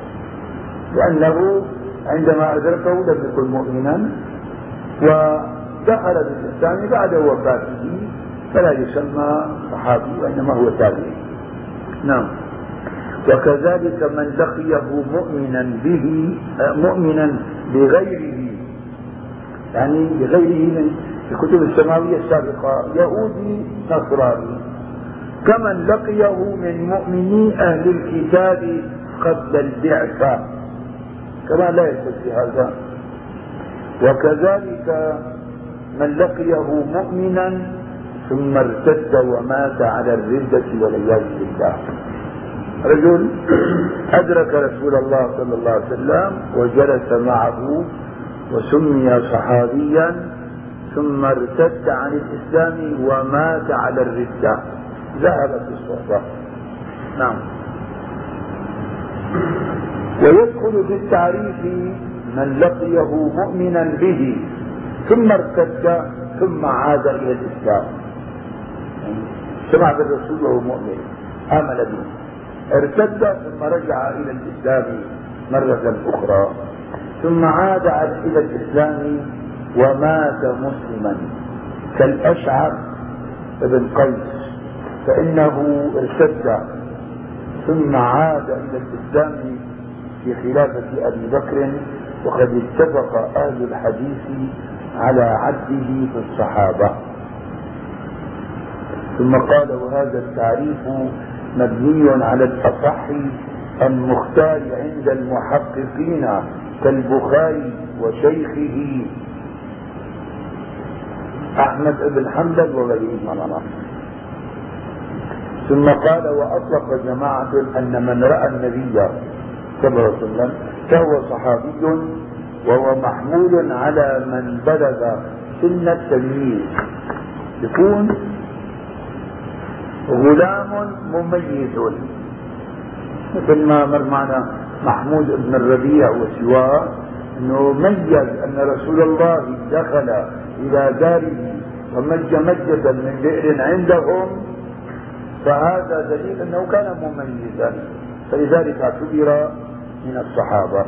لأنه عندما أدركه لم يكن مؤمنا ودخل في الإسلام بعد وفاته، فلا يسمى صحابي وإنما هو تابعي. نعم. وكذلك من لقيه مؤمنا به مؤمنا بغيره، يعني بغيره من الكتب السماوية السابقة، يهودي نصراني، كمن لقيه من مؤمني أهل الكتاب قبل البعثة، كما لا يدخل في هذا. وكذلك من لقيه مؤمنا ثم ارتد ومات على الردة والعياذ بالله. رجل أدرك رسول الله صلى الله عليه وسلم وجلس معه وسمي صحابيا ثم ارتد عن الإسلام ومات على الردة، ذهب في الصحبة. نعم. ويدخل في التعريف من لقيه مؤمنا به ثم ارتد ثم عاد إلى الإسلام، سمع بالرسول وهو مؤمن آمن به، ارتد ثم رجع إلى الإسلام مرة أخرى ثم عاد إلى الإسلام ومات مسلما، كالأشعر بن قيس فإنه ارتد ثم عاد إلى الإسلام في خلافة أبي بكر، وقد اتفق أهل الحديث على عده في الصحابة. ثم قال وهذا التعريف مبني على الأصح المختار عند المحققين كالبخاري وشيخه أحمد بن حنبل وغيرهما. ثم قال وأطلق جماعة أن من رأى النبي صلى الله عليه وسلم فهو صحابي، وهو محمول على من بلغ سن التمييز، يكون غلام مميز، مثل ما مر معنا محمود بن الربيع وسواه، انه ميز ان رسول الله دخل الى داره ومج مجة من بئر عندهم، فهذا دليل انه كان مميزا، فلذلك اعتبر من الصحابة.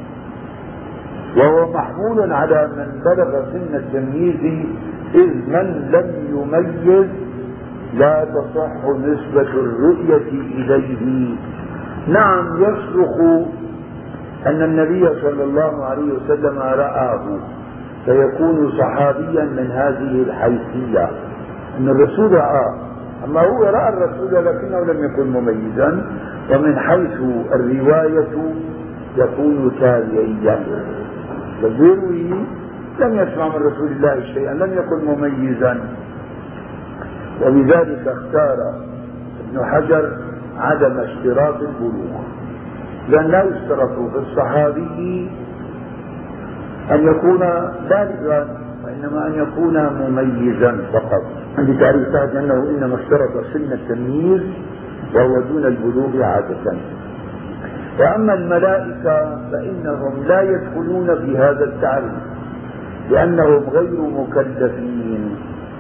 وهو محمول على من بلغ سن التمييز، إذ من لم يميز لا تصح نسبة الرؤية إليه. نعم يصرخ أن النبي صلى الله عليه وسلم رآه فيكون صحابيا من هذه الحيثية، أن الرسول رآه، أما هو رأى الرسول لكنه لم يكن مميزا، ومن حيث الرواية يكون تابعيا، فالذروي لم يسمع من رسول الله شيئا، لم يكن مميزا. وبذلك اختار ابن حجر عدم اشتراط البلوغ، لأن لا يشترط في الصحابي أن يكون بالغا، وإنما أن يكون مميزا فقط. بتعريف تحت أنه إنما اشترط سن التمييز وهو دون البلوغ عادة. وأما الملائكة فإنهم لا يدخلون في هذا التعريف لأنهم غير مكلفين.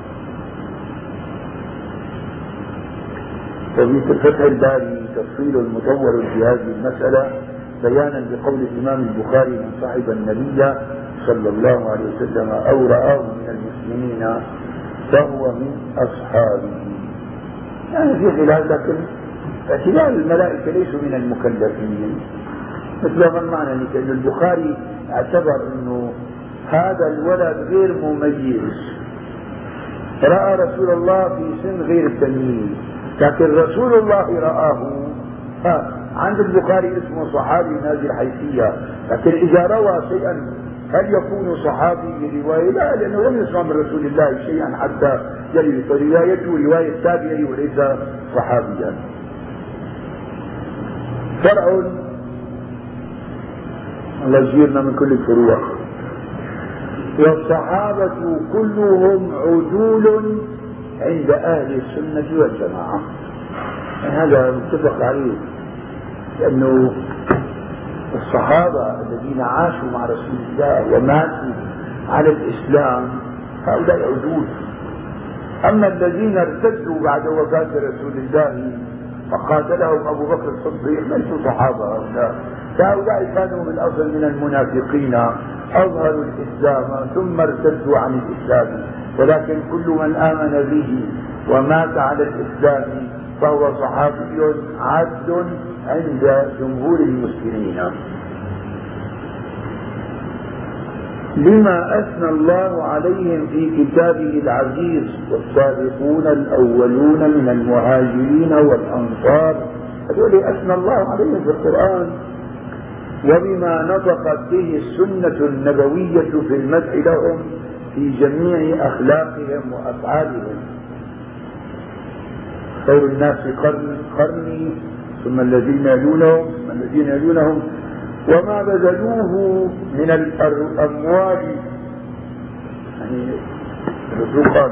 وفي فتح الباري تفصيل مطول في هذه المسألة بيانا لقول الإمام البخاري من صاحب النبي صلى الله عليه وسلم أو رآه من المسلمين فهو من أصحابه. يعني في خلاف، لكن اعتبار الملائكة ليسوا من المكلفين، مثل ما معنى أن البخاري اعتبر أنه هذا الولد غير مميز، رأى رسول الله في سن غير التمييز، لكن رسول الله رآه. ها عند البخاري اسمه صحابي نازل حيثية، لكن إذا روى شيئا هل يكون صحابي برواية؟ لا، لأنه لم يسمع من رسول الله شيئا حتى يلي، فروايته رواية تابعي وليس صحابيا. فرع الله يجيرنا من كل الفروع. والصحابة كلهم عدول عند أهل السنة والجماعة، هذا متفق عليه، لأنه الصحابة الذين عاشوا مع رسول الله وماتوا على الإسلام هؤلاء عدول. أما الذين ارتدوا بعد وفاة رسول الله فقاتلهم أبو بكر الصديق ليسوا صحابة، هؤلاء هؤلاء كانوا من الأصل من المنافقين، أظهروا الإسلام ثم ارتدوا عن الإسلام، ولكن كل من آمن به ومات على الإسلام فهو صحابي عدل عند جمهور المسلمين. لما أثنى الله عليهم في كتابه العزيز والسابقون الأولون من المهاجرين والأنصار، هذول أثنى الله عليهم في القرآن، وبما نطقت به السنة النبوية في المدح لهم في جميع أخلاقهم وأفعالهم. خير الناس قرني قرني ثم الذين يلونهم ثم الذين يلونهم وما بذلوه من الأموال، يعني الرسول قال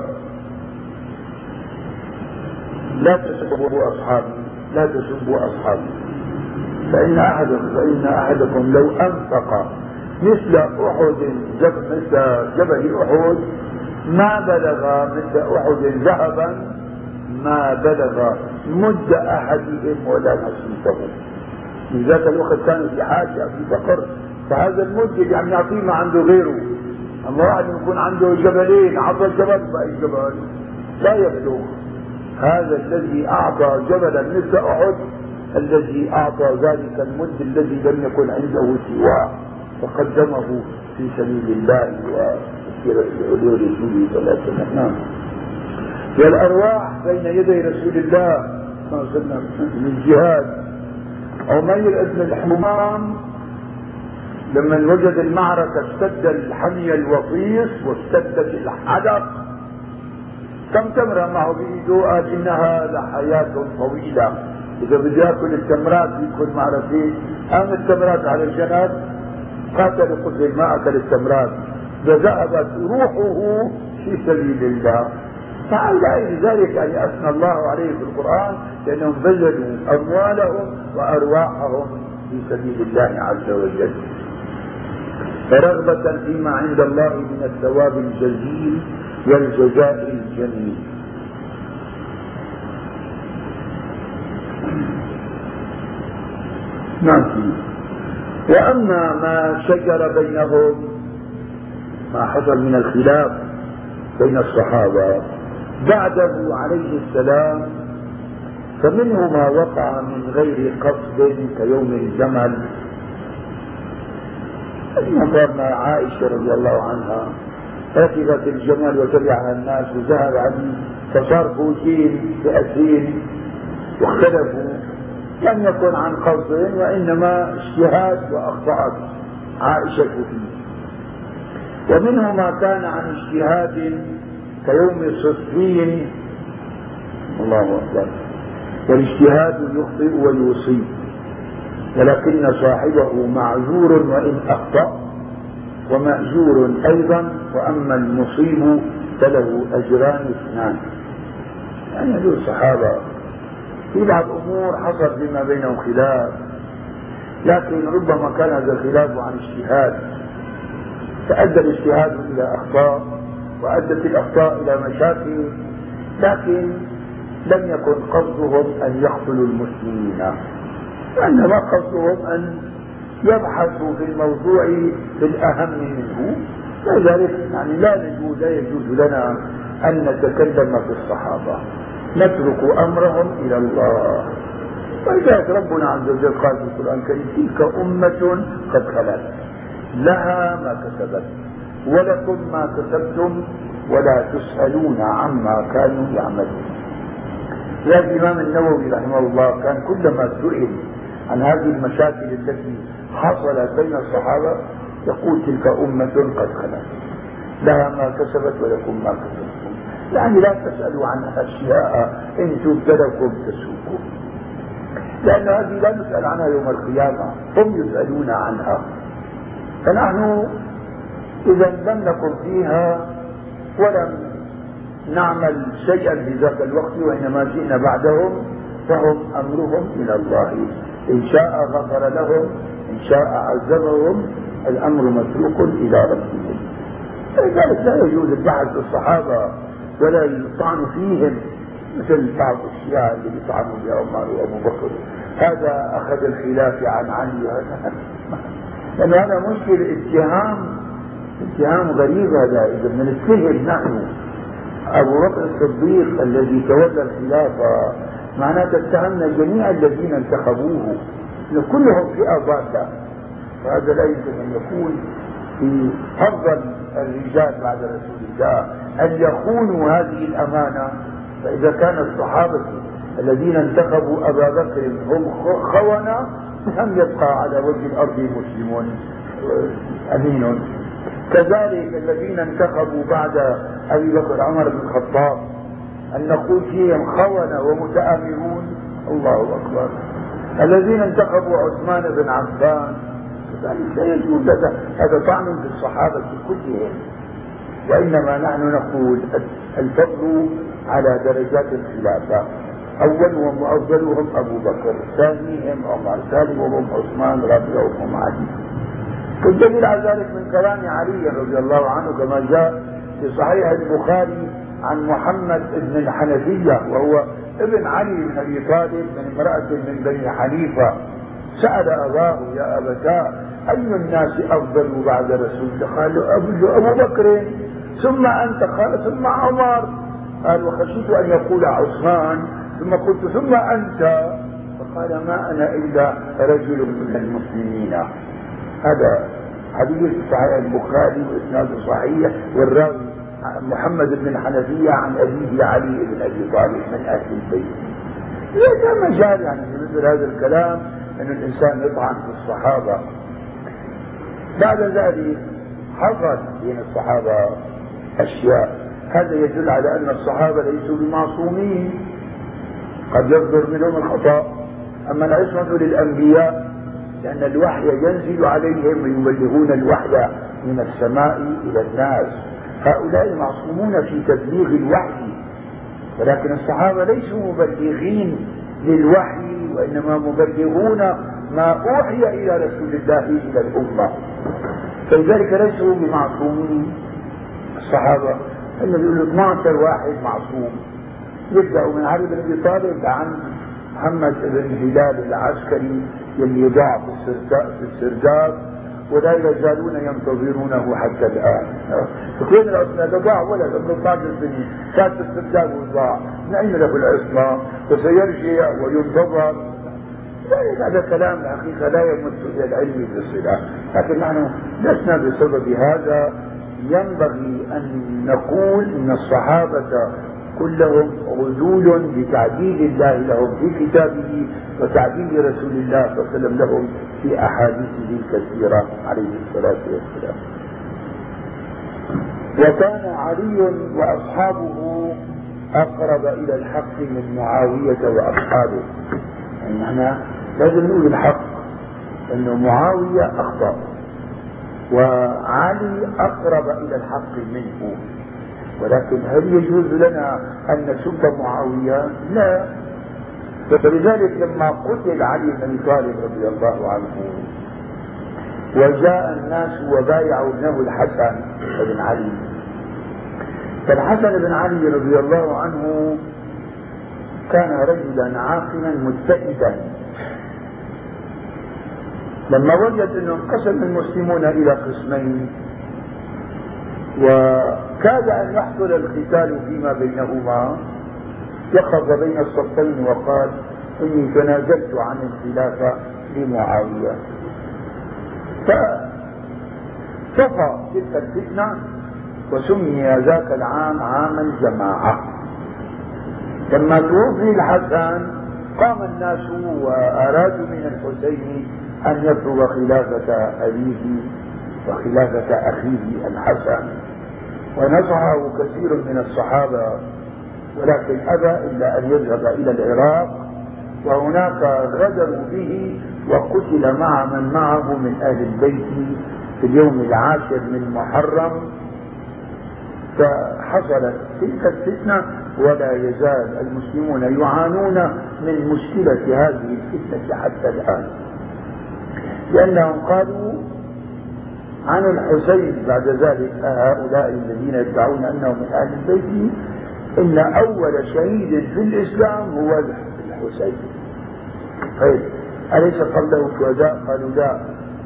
لا تسبوا أصحابي لا تسبوا أصحابي فإن أحدكم فإن أحدكم لو أنفق مثل أحد مثل جبل أحد ما بلغ مثل أحد ذهبا ما بلغ مد أحدهم ولا نصيبه. في ذات الوقت كانوا في حاجة في فقر، فهذا المد اللي عم يعطيه ما عنده غيره. أما واحد يكون عنده جبلين عطى الجبل بأي جبل لا يبلغ. هذا الذي أعطى جبلا مثل أحد الذي أعطى ذلك المد الذي لم يكن عنده سواه فقدمه في سبيل الله وفي رسوله صلى الله عليه وسلم. والأرواح بين يدي رسول الله صلى الله عليه وسلم من جهاد. عمير بن الحمام لما وجد المعركة اشتد الحمي الوطيس واشتدت الحدث، كم تمرة معه بإيده؟ قال إنها لحياة طويلة، إذا بده يأكل التمرات يكون معركة قام التمرات على الجنب قاتل قتل ما أكل التمرات، فذهبت روحه في سبيل الله. فهؤلاء لذلك يعني أثنى الله عليه في القرآن لأنهم بذلوا أموالهم وأرواحهم في سبيل الله عز وجل، فرغبة فيما عند الله من الثواب الجزيل والجزاء الجميل. نعم. وأما ما شجر بينهم، ما حصل من الخلاف بين الصحابة بعده عليه السلام، فمنه ما وقع من غير قصد كيوم الجمل. المقام عائشة رضي الله عنها ركبت الجمل وتبعها الناس وذهب عليه فصار فوجين فئتين واختلفوا، لم يكن عن قصد وإنما اجتهاد وأخطأت عائشة فيه. ومنه ما كان عن اجتهاد كيوم صفين، الله أكبر، والاجتهاد يخطئ ويصيب، ولكن صاحبه معذور وإن أخطأ ومأجور أيضا، وأما المصيب فله أجران اثنان. يعني هذول الصحابة في بعض أمور حصل فيما بينهم خلاف، لكن ربما كان هذا الخلاف عن اجتهاد، فأدى الاجتهاد إلى أخطاء وأدت الأخطاء إلى مشاكل، لكن لم يكن قصدهم أن يقتلوا المسلمين، وإنما قصدهم أن يبحثوا في الموضوع في الأهم منه. لذلك يعني لا يجوز لا يجوز لنا أن نتكلم في الصحابة، نترك أمرهم إلى الله. ولذلك ربنا عز وجل قال في القرآن الكريم: تلك أمة قد خلت لها ما كسبت ولكم ما كسبتم ولا تسألون عما كانوا يعملون. يا الإمام النووي رحمه الله كان كلما سئل عن هذه المشاكل التي حصلت بين الصحابة يقول: تلك أمة قد خلت لها ما كسبت ولكم ما كسبتم. يعني لا تسألوا عن أشياء إن تبد لكم تسوكم، لأن هذه لا نسأل عنها يوم القيامة، هم يسألون عنها. فنحن إذا لم نكن فيها ولم نعمل شيئا في ذاك الوقت وإنما جئنا بعدهم، فهم أمرهم إلى الله، إن شاء غفر لهم إن شاء عذبهم، الأمر متروك إلى ربهم. فلذلك لا يجوز البحث في الصحابة ولا الطعن فيهم مثل بعض الشيعة اللي يطعنوا بها عمر وأبو بكر. هذا أخذ الخلاف عن علي، هذا لأن هذا مشكل اتهام اتهام غريب. هذا إذا من السهل نحن أبو بكر الصديق الذي تولى الخلافة معناه اتهمنا جميع الذين انتخبوه كلهم فئة ضالة، وهذا لا يمكن أن يكون في أفضل الرجال بعد رسول الله أن يخونوا هذه الأمانة. فإذا كان الصحابة الذين انتخبوا أبا بكر هم خونة لم يبقى على وجه الأرض مسلم أمين. كذلك الذين انتخبوا بعد أبي بكر عمر بن الخطاب أن نقول فيهم خونة ومتآمرون، الله أكبر. الذين انتخبوا عثمان بن عفان كذلك لا يجوز، هذا طعن في الصحابة كلهم. وإنما نحن نقول الفضل على درجات الخلافة، أولهم وأفضلهم أبو بكر، ثانيهم عمر، ثالثهم عثمان، رابعهم علي. والدليل على ذلك من كلام علي رضي الله عنه كما جاء في صحيح البخاري عن محمد بن الحنفية وهو ابن علي بن أبي طالب من امرأة من بني حنيفة، سأل أباه: يا أبتاه أي الناس أفضل بعد رسول الله؟ قال له: أبو بكر، ثم أنت؟ قال: ثم عمر. قال: وخشيت أن يقول عثمان، ثم قلت: ثم أنت؟ فقال: ما أنا إلا رجل من المسلمين. هذا حديث صحيح البخاري وإسناده صحيح، والراوي محمد بن الحنفية عن أبيه علي بن أبي طالب من أهل البيت. ليس مجال يعني في مثل هذا الكلام أن الإنسان يطعن في الصحابة. بعد ذلك حصل بين الصحابة أشياء، هذا يدل على أن الصحابة ليسوا بمعصومين، قد يصدر منهم الخطأ. أما العصمة للأنبياء لأن الوحي ينزل عليهم ويبلغون الوحي من السماء إلى الناس، هؤلاء معصومون في تبليغ الوحي، ولكن الصحابة ليسوا مبلغين للوحي وإنما مبلغون ما أوحي إلى رسول الله إلى الأمة، فلذلك ليسوا بمعصومين. الصحابة الذي يقول اثني عشر واحد معصوم، يبدأ من علي بن أبي طالب عن محمد بن هلال العسكري يلي يضاع في السرداب ولا يزالون ينتظرونه حتى الآن. فكين العصمة ضاع ولا قبل بعض السنين كانت السرداب وضاع، نعم له العصمة وسيرجع وينتظر. هذا كلام الحقيقة لا يمت إلى العلم بالصلة، لكن نحن لسنا بسبب هذا ينبغي أن نقول إن الصحابة كلهم عدول بتعديل الله لهم في كتابه وتعديل رسول الله صلى الله عليه وسلم لهم في أحاديثه الكثيرة عليه الصلاة والسلام. وكان علي وأصحابه أقرب إلى الحق من معاوية وأصحابه. يعني احنا لازم نقول الحق أنه معاوية أخطأ وعلي أقرب إلى الحق منه، ولكن هل يجوز لنا أن نسب معاوية؟ لا. فلذلك لما قتل علي بن أبي طالب رضي الله عنه وجاء الناس وبايعوا ابنه الحسن بن علي، فالحسن بن علي رضي الله عنه كان رجلا عاقلا مجتهدا. لما وجد أنه انقسم المسلمون إلى قسمين وكاد أن يحصل القتال فيما بينهما، يخرج بين الصفين وقال إني تنازلت عن الخلافة لمعاوية. فصفى تلك الفتنة وسمي ذاك العام عام الجماعة. لما توفي الحسن قام الناس وأرادوا من الحسين أن يطلب خلافة أبيه وخلافة أخيه الحسن، ونصحه كثير من الصحابة ولكن أبى إلا أن يذهب إلى العراق، وهناك غدروا به وقتل مع من معه من أهل البيت في اليوم العاشر من محرم. فحصلت تلك الفتنة، ولا يزال المسلمون يعانون من مشكلة هذه الفتنة حتى الآن، لأنهم قالوا عن الحسين بعد ذلك هؤلاء الذين يدعون أنهم من أهل البيت إن أول شهيد في الإسلام هو الحسين. طيب أليس قبله شهداء؟ قالوا لا.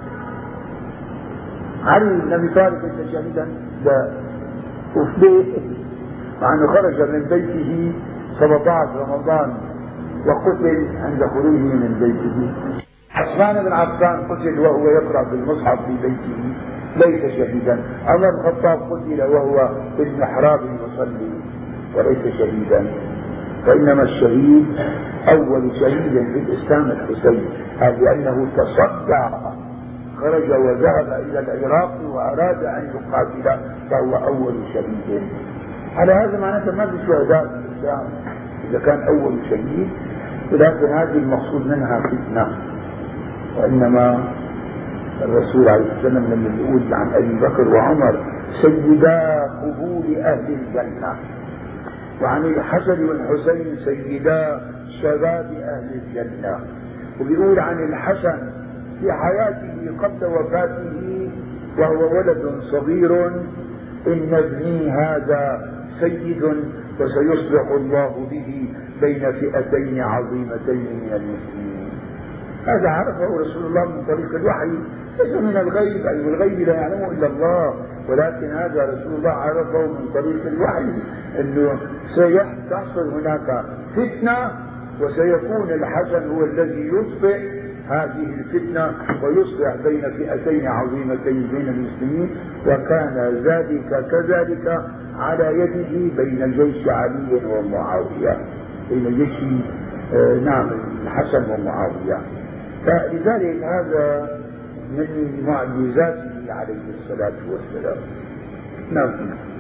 علي بن أبي طالب ليس شهيدا؟ لا. وفيه مع أنه خرج من بيته سبعة عشر رمضان وقتل عند خروجه من بيته. عثمان بن عفان قتل وهو يقرأ بالمصحف في بيته، ليس شهيدا. عمر بن الخطاب قتل وهو في المحراب يصلي وليس شهيدا. فإنما الشهيد أول شهيد في الإسلام الحسين، لأنه تصدع، خرج وذهب إلى العراق وأراد أن يقاتل، فهو أول شهيد. على هذا معناته ما في شهداء في الإسلام إذا كان أول شهيد، ولكن هذه المقصود منها فتنة. وإنما الرسول عليه السلام لما يقول عن أبي بكر وعمر سيدا قبول أهل الجنة، وعن الحسن والحسين سيدا شباب أهل الجنة، وبيقول عن الحسن في حياته قبل وفاته وهو ولد صغير إن ابني هذا سيد وسيصلح الله به بين فئتين عظيمتين من المسلمين. هذا عرفه رسول الله من طريق الوحي، ليس من الغيب، أي من الغيب لا يعلمه إلا الله، ولكن هذا رسول الله عرفه من طريق الوحي أنه سيحصل هناك فتنة وسيكون الحسن هو الذي يطفئ هذه الفتنة ويصلح بين فئتين عظيمتين بين المسلمين. وكان ذلك كذلك على يده بين جيش علي ومعاوية، بين جيش آه نعم الحسن ومعاوية. فلذلك هذا من معجزاته عليه الصلاة والسلام. نعم.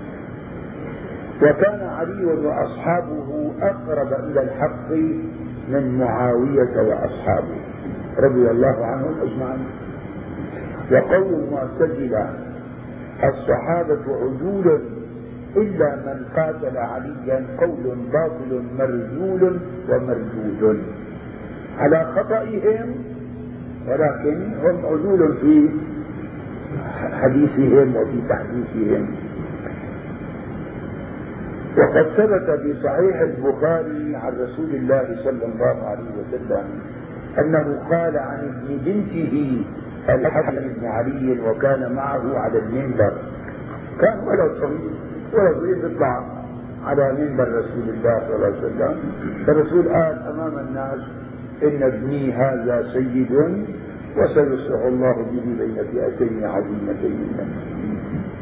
وكان علي وأصحابه أقرب إلى الحق من معاوية وأصحابه رضي الله عنهم أجمعين. وقول المعتزلة الصحابة عدول إلا من قاتل عليا قول باطل مرجول ومردود على خطئهم، ولكن هم عدول في حديثهم وفي تحديثهم. وقد ثبت في صحيح البخاري عن رسول الله صلى الله عليه وسلم أنه قال عن ابن بنته الحسن بن علي وكان معه على المنبر، كان ولد صغير ولد صغير يطلع على منبر رسول الله صلى الله عليه وسلم، فالرسول قال أمام الناس إن ابني هذا سيد وسيصلح الله به بين فئتين عظيمتين من المسلمين.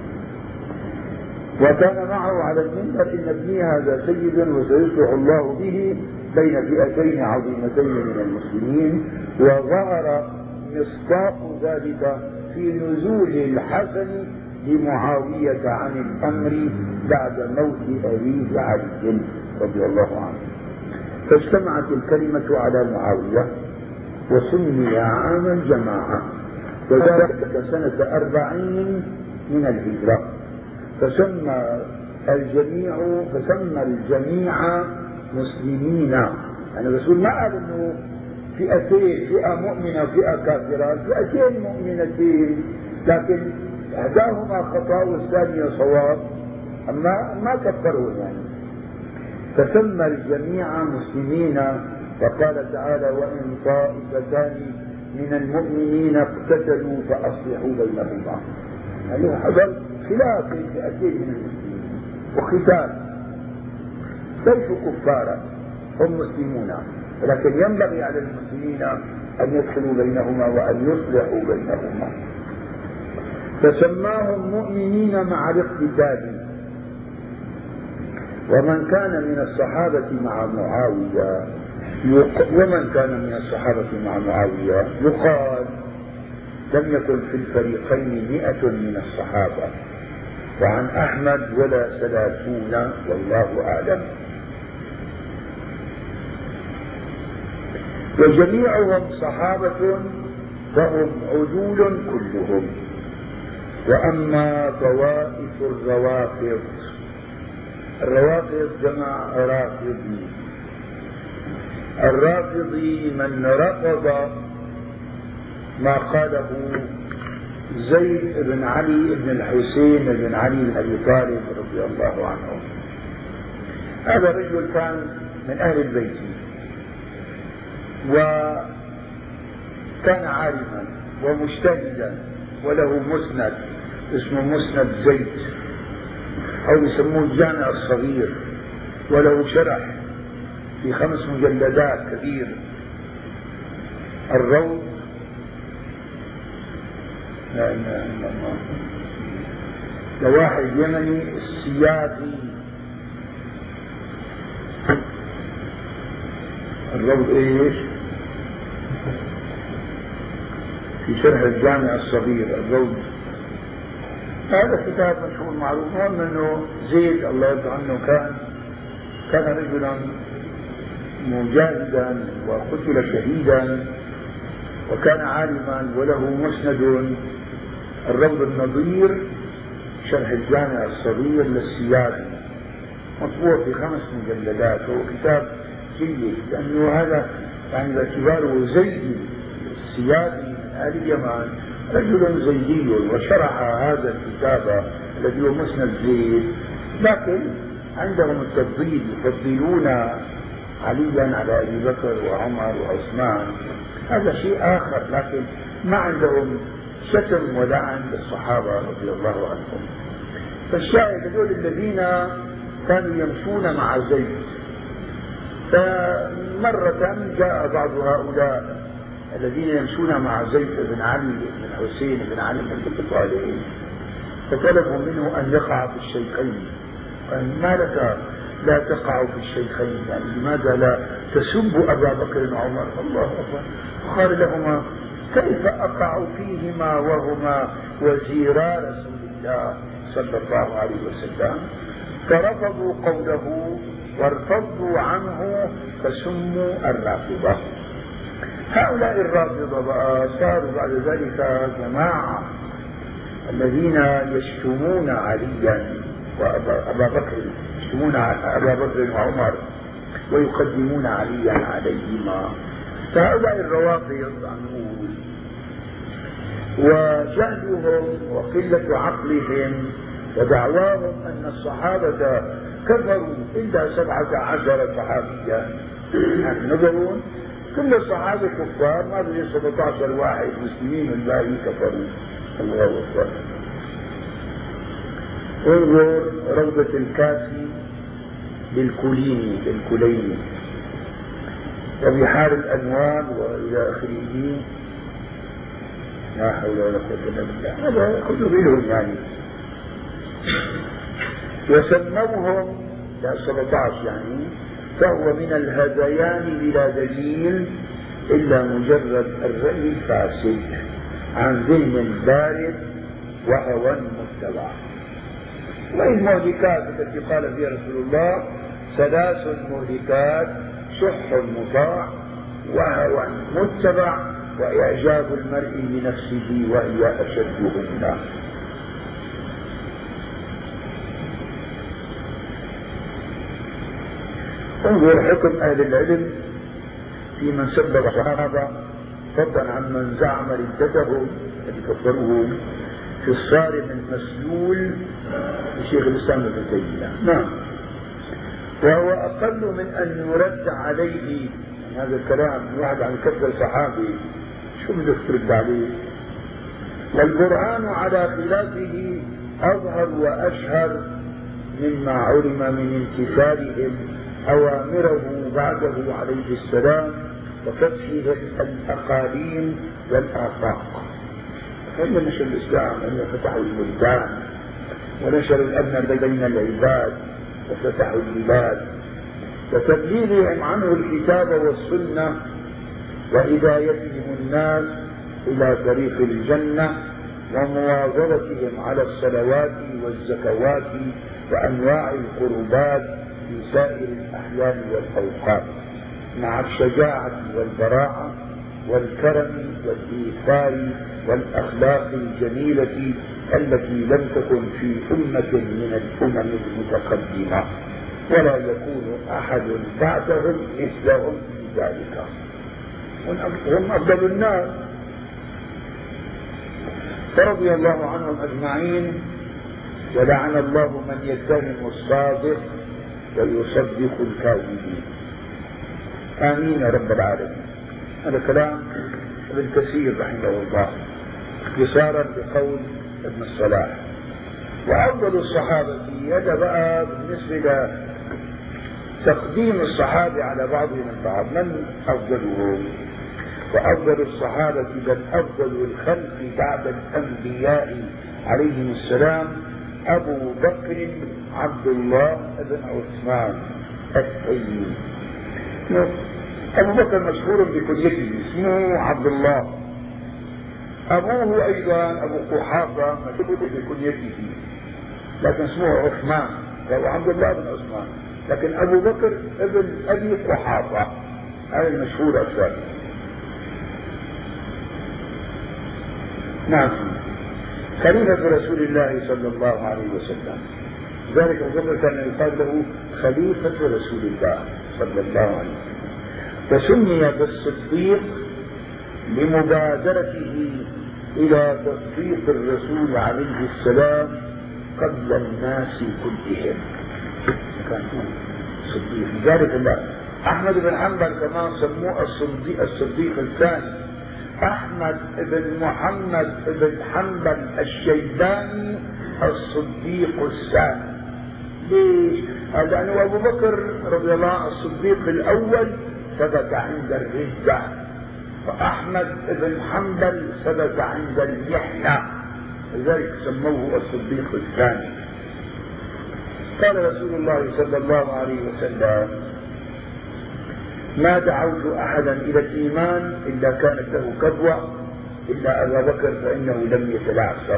وكان معه على المنبر إن ابني هذا سيد وسيصلح الله به بين فئتين عظيمتين من المسلمين. وظهر مصداق ذلك في نزول الحسن لمعاوية عن الأمر بعد موت أبيه علي رضي الله عنه، فاجتمعت الكلمة على معاوية وسمي عام الجماعة، وذلك سنة أربعين من الهجرة. فسمى الجميع فسمى الجميع مسلمين. يعني الرسول ما قال انه فئتين، فئة مؤمنة وفئة كافرة، فئتين مؤمنتين لكن إحداهما خطأ والثانية صواب، أما ما كفروا يعني. فسمى الجميع مسلمين. وقال تعالى: وإن طائفتان من المؤمنين اقتتلوا فأصلحوا بينهما. يعني هذا خلاف فئتين من المسلمين وختان، ليسوا كفارا، هم مسلمون، ولكن ينبغي على المسلمين أن يدخلوا بينهما وأن يصلحوا بينهما. فسماهم مؤمنين مع الاقتتال. ومن كان من الصحابة مع معاوية ومن كان من الصحابة مع معاوية يقال لم يكن في الفريقين مئة من الصحابة، وعن أحمد ولا ثلاثون والله أعلم. وجميعهم صحابة فهم عدول كلهم. وأما طوائف الروافض، الروافض جمع رافضي. الرافضي من رفض ما قاله زيد بن علي بن الحسين بن علي بن أبي طالب رضي الله عنه. هذا الرجل كان من أهل البيت، وكان عالما ومجتهدا، وله مسند اسمه مسند زيد أو يسموه الجامع الصغير، وله شرح في خمس مجلدات كبير. الروض لا إله إلا الله لواحد يمني السيادي. الروض ايش؟ في شرح الجامع الصغير الروض. هذا كتاب مشهور معروف. المهم انه زيد الله يرضى عنه كان كان رجلا مجاهدا وقتل شهيدا، وكان عالما وله مسند الروض النظير شرح الجامع الصغير للسيادي، مطبوع في خمس مجلدات. هو كتاب جيد لأنه هذا يعني باعتباره زيدي السيادي من آل اليمن، رجل زيدي، وشرح هذا الكتاب الذي هو مسند زيد. لكن عندهم التفضيل، يفضلون عليا على أبي بكر وعمر وعثمان، هذا شيء آخر، لكن ما عندهم شتم ولعن للصحابة رضي الله عنهم. فالشاهد هذول الذين كانوا يمشون مع زيد، فمرة جاء بعض هؤلاء الذين يمشون مع زيد بن علي بن الحسين بن علي بن أبي طالب، فطلبوا منه أن يقع في الشيخين. قال: ما لك لا تقع في الشيخين؟ يعني لماذا لا تسب أبا بكر وعمر؟ الله أكبر. قال لهما: كيف أقع فيهما وهما وزيرا رسول الله صلى الله عليه وسلم؟ فرفضوا قوله وارتضوا عنه فسموا الرافضة. هؤلاء الرافضة بقى صاروا بعد ذلك جماعة الذين يشتمون عليا وأبا بكر، يشتمون أبا بكر وعمر ويقدمون عليا عليهما. فهؤلاء الروافض عنهم وجهلهم وقلة عقلهم ودعواهم أن الصحابة كفروا إلا سبعة عشر صحابيا. يعني نظرون كل الصحابة كفار، ما بين سبعة عشر واحد مسلمين الباقي كفروا. الله أكبر. انظر روضة الكافي للكليني للكليني وبحار الأنوار وإلى آخره. لا حول ولا قوة إلا بالله. هذا خذوا منهم يعني. وسموهم لا سبعة عشر يعني، فهو من الهذيان بلا دليل إلا مجرد الرأي الفاسد عن ذهن بارد وهوى متبع. والمهلكات التي قال فيها رسول الله: ثلاث مهلكات شح مطاع وهوى متبع وإعجاب المرء بنفسه وهي أشدهن. انظر حكم أهل العلم في من سب الصحابة فضلا عن من زعم ردتهم الذي كفروهم في الصارم المسلول لشيخ الإسلام ابن تيمية. نعم، وهو أقل من أن يرد عليه هذا الكلام. واحد عن كفر صحابي شو بدك ترد عليه؟ والقرآن على خلافه أظهر وأشهر مما علم من امتثالهم أوامره بعده عليه السلام وفتحهم الأقاليم والآفاق. فإن نشر الإسلام أن فتحوا البلدان ونشر الأمن بين العباد وفتحوا البلاد وتبليغهم عنه الكتاب والسنة وهدايتهم الناس إلى طريق الجنة ومواظبتهم على الصلوات والزكوات وأنواع القربات في سائر الأحيان والأوقات مع الشجاعة والبراعة والكرم والإيثار والأخلاق الجميلة التي لم تكن في أمة من الأمم المتقدمة ولا يكون أحد بعدهم مثلهم في ذلك. هم أفضل الناس فرضي الله عنهم أجمعين ولعن الله من يتهم الصادق ويصدق الكاذبين. آمين يا رب العالمين. هذا كلام ابن كثير رحمه الله اختصارا بقول ابن الصلاح. وأفضل الصحابة هذا بقى بالنسبة لتقديم الصحابة على بعضهم البعض. من أفضلهم؟ وأفضل الصحابة بل أفضل الخلق بعد الأنبياء عليهم السلام أبو بكر عبد الله بن عثمان التيمي. أبو بكر مشهور بكنيته اسمه عبد الله. أبوه أيضا أبو قحافة مشهور بكنيته لكن اسمه عثمان وهو عبد الله بن عثمان، لكن أبو بكر ابن أبي قحافة هذا المشهور أكثر. نعم، خليفة رسول الله صلى الله عليه وسلم. ذلك أبو كان يقال له خليفة رسول الله صلى الله عليه وسلم، فسمي بالصديق لمبادرته إلى تصديق الرسول عليه السلام قبل الناس كلهم. كان صديق. ذلك الله أحمد بن حنبل كمان سموه الصديق, الصديق الثاني. أحمد بن محمد بن حنبل الشيباني الصديق الثاني. ليش؟ لأنه أبو بكر رضي الله عنه الصديق الأول ثبت عند الردة، وأحمد بن حنبل ثبت عند المحنة، لذلك سموه الصديق الثاني. قال رسول الله صلى الله عليه وسلم: ما دعوت أحدا إلى الإيمان إلا كانت له كبوة إلا أبا بكر فإنه لم يتلعثم.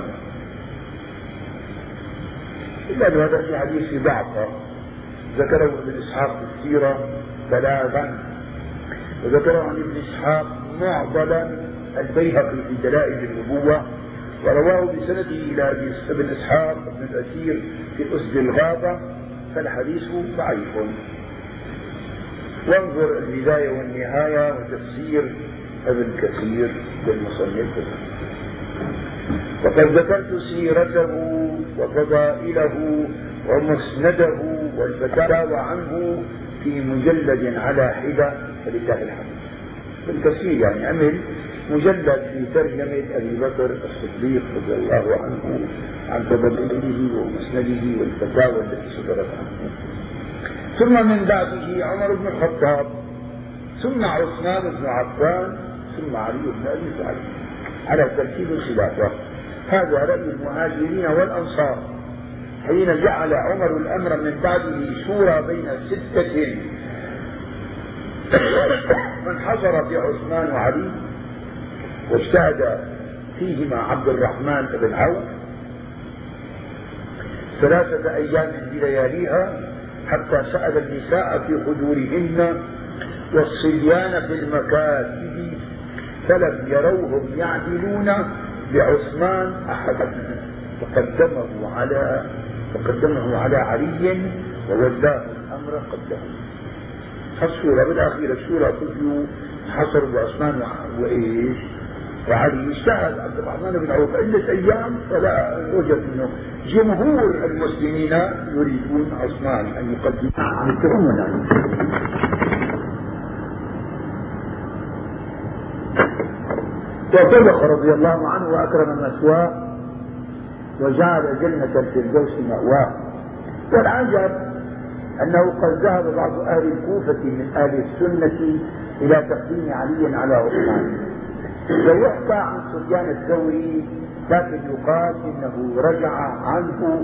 إلا أن هذا في حديث ضعفه ذكره ابن إسحاق في السيرة بلاغا، وذكره عن ابن إسحاق معضلا البيهقي في دلائل النبوة، ورواه بسنده إلى ابن إسحاق بن الأثير في أسد الغابة، فالحديث ضعيف. وانظر البداية والنهاية وتفسير ابن كثير بالمصنف. وقد ذكرت سيرته وفضائله ومسنده والفتاوى عنه في مجلد على حدة فلله الحمد. ابن كثير يعني عمل مجلد في ترجمة أبي بكر الصديق رضي الله عنه عن تضلله ومسنده والفتاوى التي صدرت عنه. ثم من بعده عمر بن الخطاب، ثم عثمان بن عفان، ثم علي بن أبي طالب على ترتيب الخلافة. هذا رأي المهاجرين والأنصار حين جعل عمر الأمر من بعده شورى بين ستة فانحصر في عثمان وعلي، واجتهد فيهما عبد الرحمن بن عوف ثلاثة أيام بلياليها حتى سأل النساء في حجورهن والصبيان في المكاتب فلم يروهم يعدلون بعثمان أحدا، فقدمه على فقدمه على علي وولاه الأمر قبله. الصورة بالأخير الصورة كله حصر بعثمان وإيش وعلي اجتهد عبد الرحمن بن عوف عدة أيام فلا وجد منه. جمهور المسلمين يريدون عثمان أن يقدم يتهمنا. وصدق رضي الله عنه وأكرم مثواه وجعل جنة الفردوس مأواه. والعجب أنه قد ذهب بعض أهل الكوفة من أهل السنة إلى تقديم علي على عثمان، ويحكى عن سفيان الثوري لكن يقال إنه رجع عنه.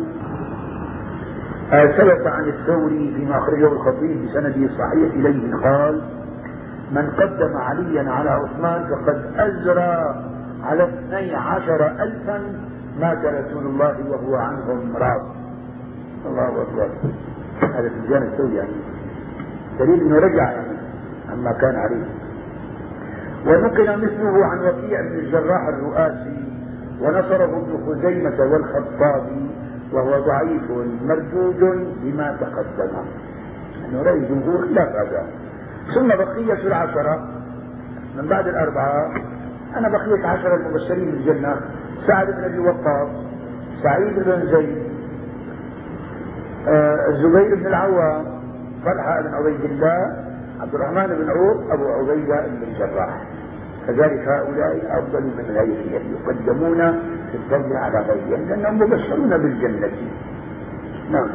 ثبت عن الثوري فيما أخرجه الخطيب بسنده الصحيح إليه قال: من قدم عليا على عثمان فقد أزرى على اثني عشر ألفا مات رسول الله وهو عنهم راض. الله أكبر. هذا سفيان الثوري يعني دليل انه رجع يعني عما كان عليه. ونقل مثله عن وكيع بن الجراح الرؤاسي ونصره ابن خزيمة والخطابي وهو ضعيف مردود بما تقدم، انه رأي جمهور خلاف هذا. ثم بقية العشرة من بعد الأربعة، أنا بقية عشرة المبشرين بالجنة: سعد بن أبي وقاص، سعيد بن زيد، آه الزبير بن العوام، طلحة بن عبيد الله، عبد الرحمن بن عوف، أبو عبيدة بن الجراح. كذلك هؤلاء أفضل من غيرهم، يقدمون في الفضل على غيرهم لأنهم مبشرون بالجنة. نعم.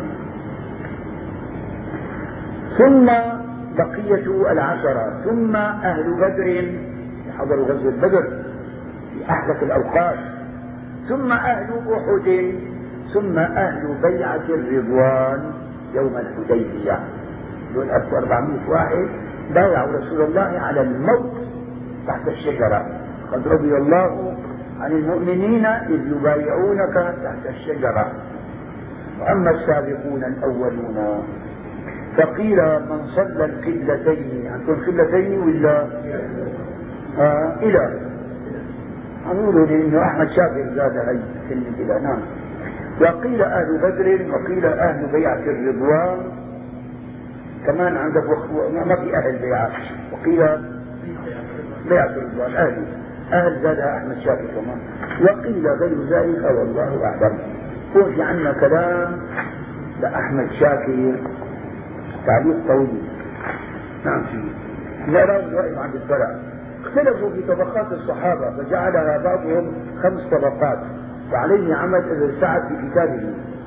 ثم بقية العشرة، ثم أهل بدر حضروا غزوة بدر في أحدث الأوقات، ثم أهل أحد، ثم أهل بيعة الرضوان يوم الحديبية. دول أربعمائة واحد بايعوا رسول الله على الموت تحت الشجرة. قد رضي الله عن المؤمنين إذ يبايعونك تحت الشجرة. وأما السابقون الأولون فقيل من صلى القبلتين، عندكم قبلتين ولا آه إلى أقولوا لي إنه أحمد شاكر زاد هاي كلمة إلى. نعم. وقيل أهل بدر، وقيل أهل بيعة الرضوان، كمان عندك ما في أهل بيعة، وقيل بيعة الرضوان أهل أهل زادها أحمد شاكر كمان، وقيل غير ذلك والله أعلم. هو في عنا كلام لأحمد شاكر تعليق طويل. نعم. فيه لا راوي واقف عند الفرع. اختلفوا في طبقات الصحابة فجعلها بعضهم خمس طبقات، وعليه عمل ابن سعد في كتابه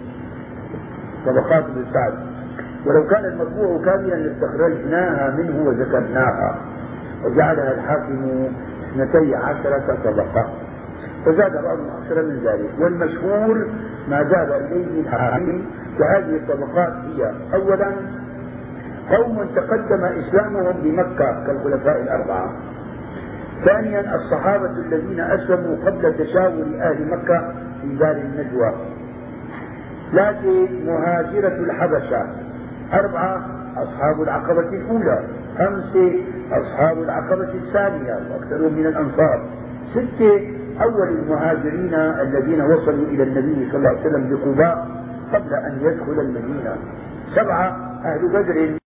طبقات ابن سعد، ولو كان المطبوع كاملا لاستخرجناها منه وذكرناها، وجعلها الحاكم اثنتي عشرة طبقة، فزاد بعضهم أكثر من ذلك. والمشهور ما ذهب إليه الحاكم. وهذه الطبقات هي: أولا قوم تقدم إسلامهم بمكة كالخلفاء الأربعة. ثانيا الصحابة الذين أسلموا قبل تشاور أهل مكة في دار النجوى. ثلاثة مهاجرة الحبشة. أربعة أصحاب العقبة الأولى. خمسة أصحاب العقبة الثانية وأكثرهم من الأنصار. ستة أول المهاجرين الذين وصلوا إلى النبي صلى الله عليه وسلم بقباء قبل أن يدخل المدينة. سبعة أهل بدر